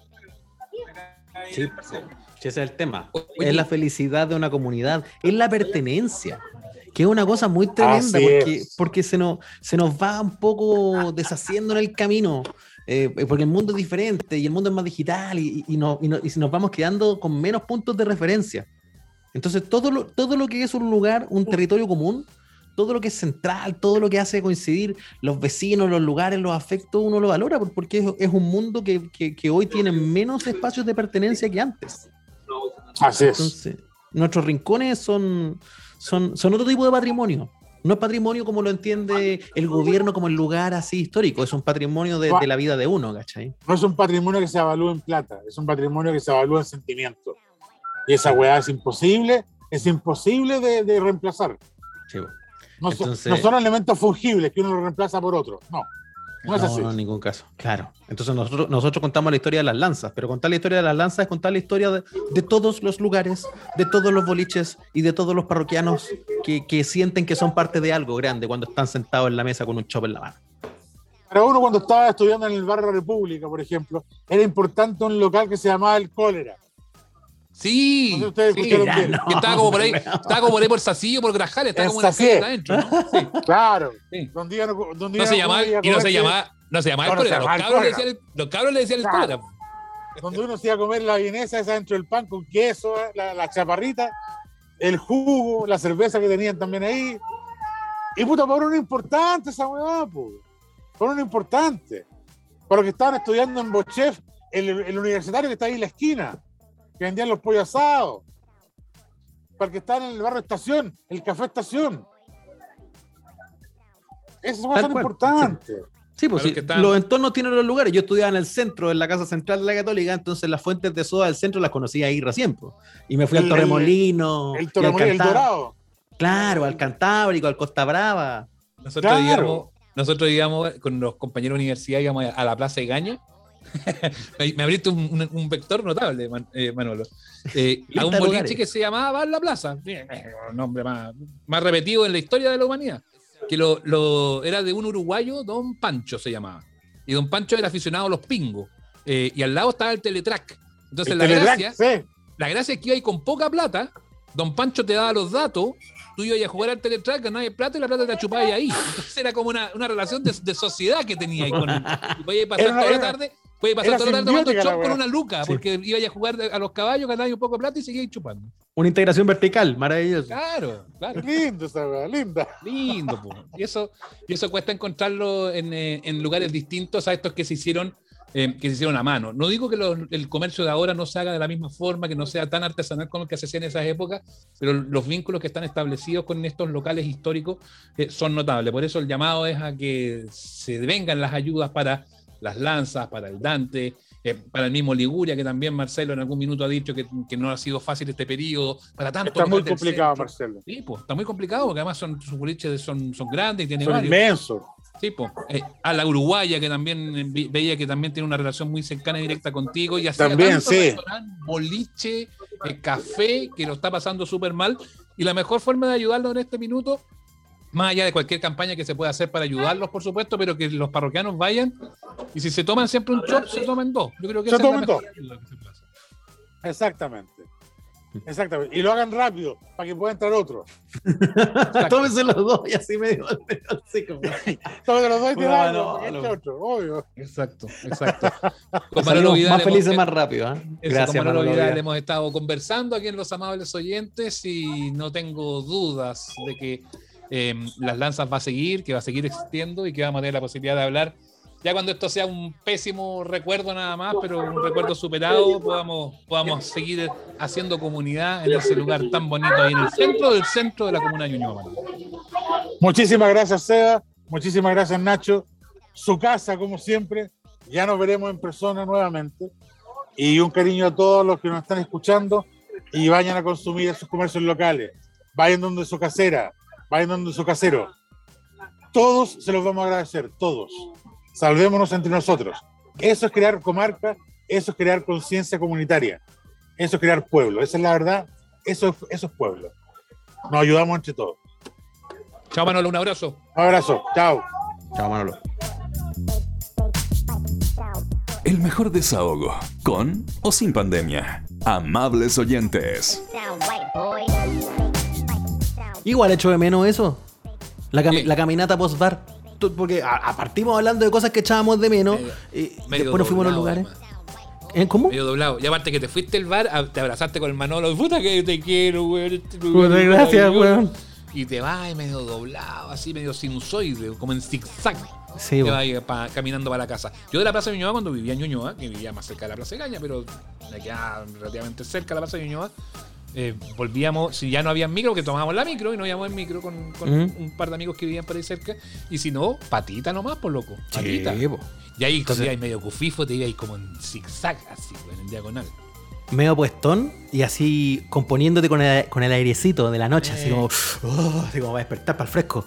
Sí, sí, ese es el tema. Oye. Es la felicidad de una comunidad, es la pertenencia, que es una cosa muy tremenda, Así porque se nos va un poco deshaciendo en el camino, porque el mundo es diferente y el mundo es más digital y nos vamos quedando con menos puntos de referencia. Entonces todo lo que es un lugar, un territorio común, todo lo que es central, todo lo que hace coincidir los vecinos, los lugares, los afectos, uno lo valora porque es un mundo que hoy tiene menos espacios de pertenencia que antes. Así es. Entonces, nuestros rincones son otro tipo de patrimonio. No es patrimonio como lo entiende el gobierno como el lugar así histórico, es un patrimonio de la vida de uno, ¿cachai? No es un patrimonio que se evalúa en plata, es un patrimonio que se evalúa en sentimiento. Y esa weá es imposible de reemplazar. Sí, No son elementos fungibles que uno lo reemplaza por otro. No es así. No, en ningún caso. Claro. Entonces nosotros contamos la historia de las lanzas, pero contar la historia de las lanzas es contar la historia de todos los lugares, de todos los boliches y de todos los parroquianos que sienten que son parte de algo grande cuando están sentados en la mesa con un chop en la mano. Para uno, cuando estaba estudiando en el barrio República, por ejemplo, era importante un local que se llamaba El Cólera. Sí, No sé si ustedes escucharon bien. Que estaba como por ahí por Sacillo, por Grajales, estaba como en la calle adentro, ¿no? Sí. Claro. Sí. Donde No se llamaba El Cólera. Los cabros le decían El Cólera. Donde uno se iba a comer la vienesa esa dentro del pan con queso, la chaparrita, el jugo, la cerveza que tenían también ahí. Y puta, para uno importante esa weá, pues. Para uno importante. Para los que estaban estudiando en Bochef, el universitario que está ahí en la esquina, que vendían los pollos asados. Para el que estaban en el barrio Estación, el café Estación. Esas cosas son importantes. Sí, pues Claro, sí, que están- los entornos tienen los lugares. Yo estudiaba en el centro, en la Casa Central de la Católica, entonces las fuentes de soda del centro las conocía ahí recién. Pues. Y me fui al El- Torremolino. El y al Torremolino, el Cantábrico. Dorado. Claro, al Cantábrico, al Costa Brava. Nosotros íbamos con los compañeros de universidad, íbamos a la Plaza de Gaña. Me abriste un vector notable, Manolo. A un boliche lugares. que se llamaba Bar La Plaza. Un nombre más repetido en la historia de la humanidad. Que era de un uruguayo, Don Pancho se llamaba. Y Don Pancho era aficionado a los pingos. Y al lado estaba el Teletrack. Entonces El la Teletrack, gracia es que iba ahí con poca plata. Don Pancho te daba los datos, tú ibas a jugar al Teletrack, ganabas plata y la plata te la chupabas ahí. Entonces era como una relación de sociedad que tenía ahí con él. Y podías pasar toda la tarde, tomando simbiótica la shot con weá. una luca, porque ibas a jugar a los caballos, ganabas un poco de plata y seguías chupando. Una integración vertical, maravilloso. Claro. Lindo esa weá, linda. Lindo, po. Y eso cuesta encontrarlo en lugares distintos a estos que se hicieron que se hicieron a mano. No digo que el comercio de ahora no se haga de la misma forma, que no sea tan artesanal como el que se hacía en esas épocas, pero los vínculos que están establecidos con estos locales históricos son notables. Por eso el llamado es a que se vengan las ayudas para las Lanzas, para el Dante, para el mismo Liguria, que también Marcelo en algún minuto ha dicho que no ha sido fácil este periodo, para tanto. Está muy complicado, Marcelo. Sí, pues, está muy complicado, porque además sus boliches son grandes y tiene son varios. Inmensos. Sí, pues. A la uruguaya, que también veía que también tiene una relación muy cercana y directa contigo, y así también, sí. Boliche, café, que lo está pasando súper mal, y la mejor forma de ayudarlo en este minuto, más allá de cualquier campaña que se pueda hacer para ayudarlos, por supuesto, pero que los parroquianos vayan, y si se toman siempre un shot, se tomen dos. Yo creo que se esa tomen es la dos. mejor ayuda que se puede hacer. Exactamente. Y lo hagan rápido, para que pueda entrar otro. Tómense los dos y así medio así como. Tómense los dos y te dan no. otro, obvio. Exacto. Con Salimos más felices más rápido. Gracias, con Manolo Vidal. hemos estado conversando aquí en Los Amables Oyentes y no tengo dudas de que las Lanzas va a seguir, que va a seguir existiendo y que vamos a tener la posibilidad de hablar. Ya cuando esto sea un pésimo recuerdo nada más, pero un recuerdo superado, podamos seguir haciendo comunidad en ese lugar tan bonito ahí en el centro de la comuna de Ñuñoa. Muchísimas gracias, Seba. Muchísimas gracias, Nacho. Su casa, como siempre. Ya nos veremos en persona nuevamente. Y un cariño a todos los que nos están escuchando y vayan a consumir en sus comercios locales. Vayan donde su casera, vayan donde su casero. Todos se los vamos a agradecer, todos. Salvémonos entre nosotros. Eso es crear comarca, eso es crear conciencia comunitaria, eso es crear pueblo. Esa es la verdad, eso es pueblo. Nos ayudamos entre todos. Chao, Manolo, un abrazo. Un abrazo, chao. Chao, Manolo. El mejor desahogo, con o sin pandemia. Amables oyentes. Igual echo de menos eso. La caminata post-bar. Porque partimos hablando de cosas que echábamos de menos y después nos fuimos a los lugares. ¿Cómo? Medio doblado. Y aparte que te fuiste al bar, te abrazaste con el Manolo. Puta que te quiero, güey. Muchas gracias, weón. Y te vas medio doblado, así medio sinusoide, como en zigzag. Sí, te vas caminando para la casa. Yo de la Plaza de Ñuñoa, cuando vivía en Ñuñoa, que vivía más cerca de la Plaza de Gaña, pero me quedaba relativamente cerca de la Plaza de Ñuñoa, volvíamos, si ya no había micro, que tomábamos la micro y nos íbamos en micro con un par de amigos que vivían por ahí cerca, y si no, patita nomás, por loco, patita. Sí, y ahí entonces, ahí medio cufifo, te ibas ahí como en zigzag, así, en diagonal. Medio puestón y así componiéndote con el airecito de la noche, así como va a despertar para el fresco.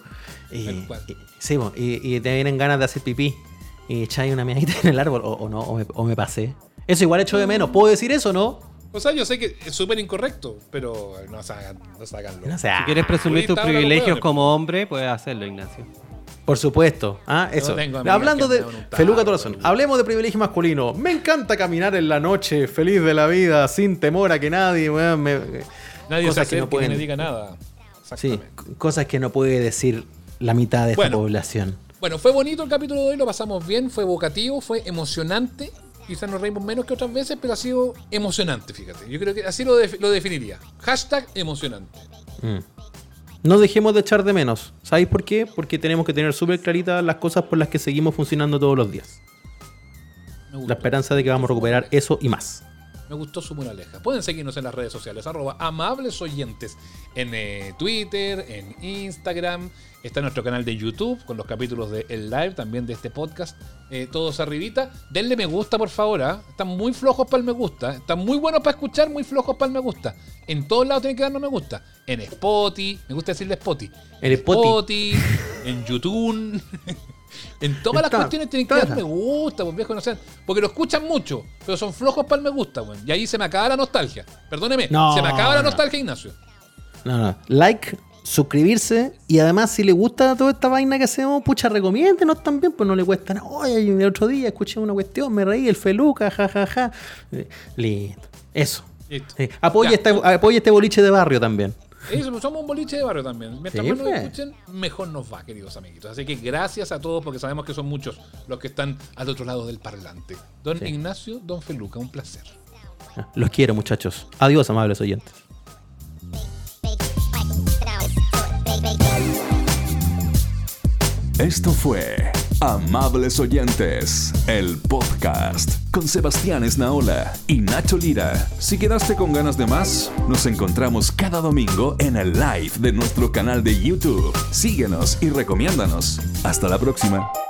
Y te vienen ganas de hacer pipí y echáis una miadita en el árbol, o me pasé. Eso igual echo de menos, ¿puedo decir eso o no? O sea, yo sé que es súper incorrecto, pero no ságanlo. No sé, si quieres presumir tus privilegios como hombre, puedes hacerlo, Ignacio. Por supuesto. Eso. Hablando de Feluca Corazón, hablemos de privilegio masculino. Me encanta caminar en la noche, feliz de la vida, sin temor a que nadie nadie se acerque que no me diga nada. Sí, cosas que no puede decir la mitad de esta población. Bueno, fue bonito el capítulo de hoy, lo pasamos bien, fue evocativo, fue emocionante. Quizás nos reímos menos que otras veces, pero ha sido emocionante, fíjate. Yo creo que así lo definiría. Hashtag emocionante. No dejemos de echar de menos. ¿Sabéis por qué? Porque tenemos que tener súper claritas las cosas por las que seguimos funcionando todos los días. La esperanza de que vamos a recuperar eso y más. Me gustó su moraleja. Pueden seguirnos en las redes sociales, @amablesoyentes, en Twitter, en Instagram. Está nuestro canal de YouTube con los capítulos de El Live, también de este podcast. Todos arribita. Denle me gusta, por favor. Están muy flojos para el me gusta. Están muy buenos para escuchar, muy flojos para el me gusta. En todos lados tienen que darnos me gusta. En Spotify, me gusta decirle Spotify. En Spotify, en YouTube. En todas las cuestiones tienen que dar me gusta, pues viejo, no sé, porque lo escuchan mucho, pero son flojos para el me gusta, pues. Y ahí se me acaba la nostalgia. Perdóneme, se me acaba la nostalgia, Ignacio. No. Like, suscribirse y además si le gusta toda esta vaina que hacemos, pucha, recomiéndenos también, pues no le cuesta nada. Oye, el otro día escuché una cuestión, me reí, el Feluca, jajaja. Listo. Eso. Listo. Apoya este boliche de barrio también. Eso, somos un boliche de barrio también. Mientras más nos escuchen, mejor nos va, queridos amiguitos. Así que gracias a todos, porque sabemos que son muchos los que están al otro lado del parlante. Don Ignacio, don Feluca, un placer. Los quiero, muchachos. Adiós, amables oyentes. Esto fue Amables oyentes, el podcast con Sebastián Esnaola y Nacho Lira. Si quedaste con ganas de más, nos encontramos cada domingo en el live de nuestro canal de YouTube. Síguenos y recomiéndanos. Hasta la próxima.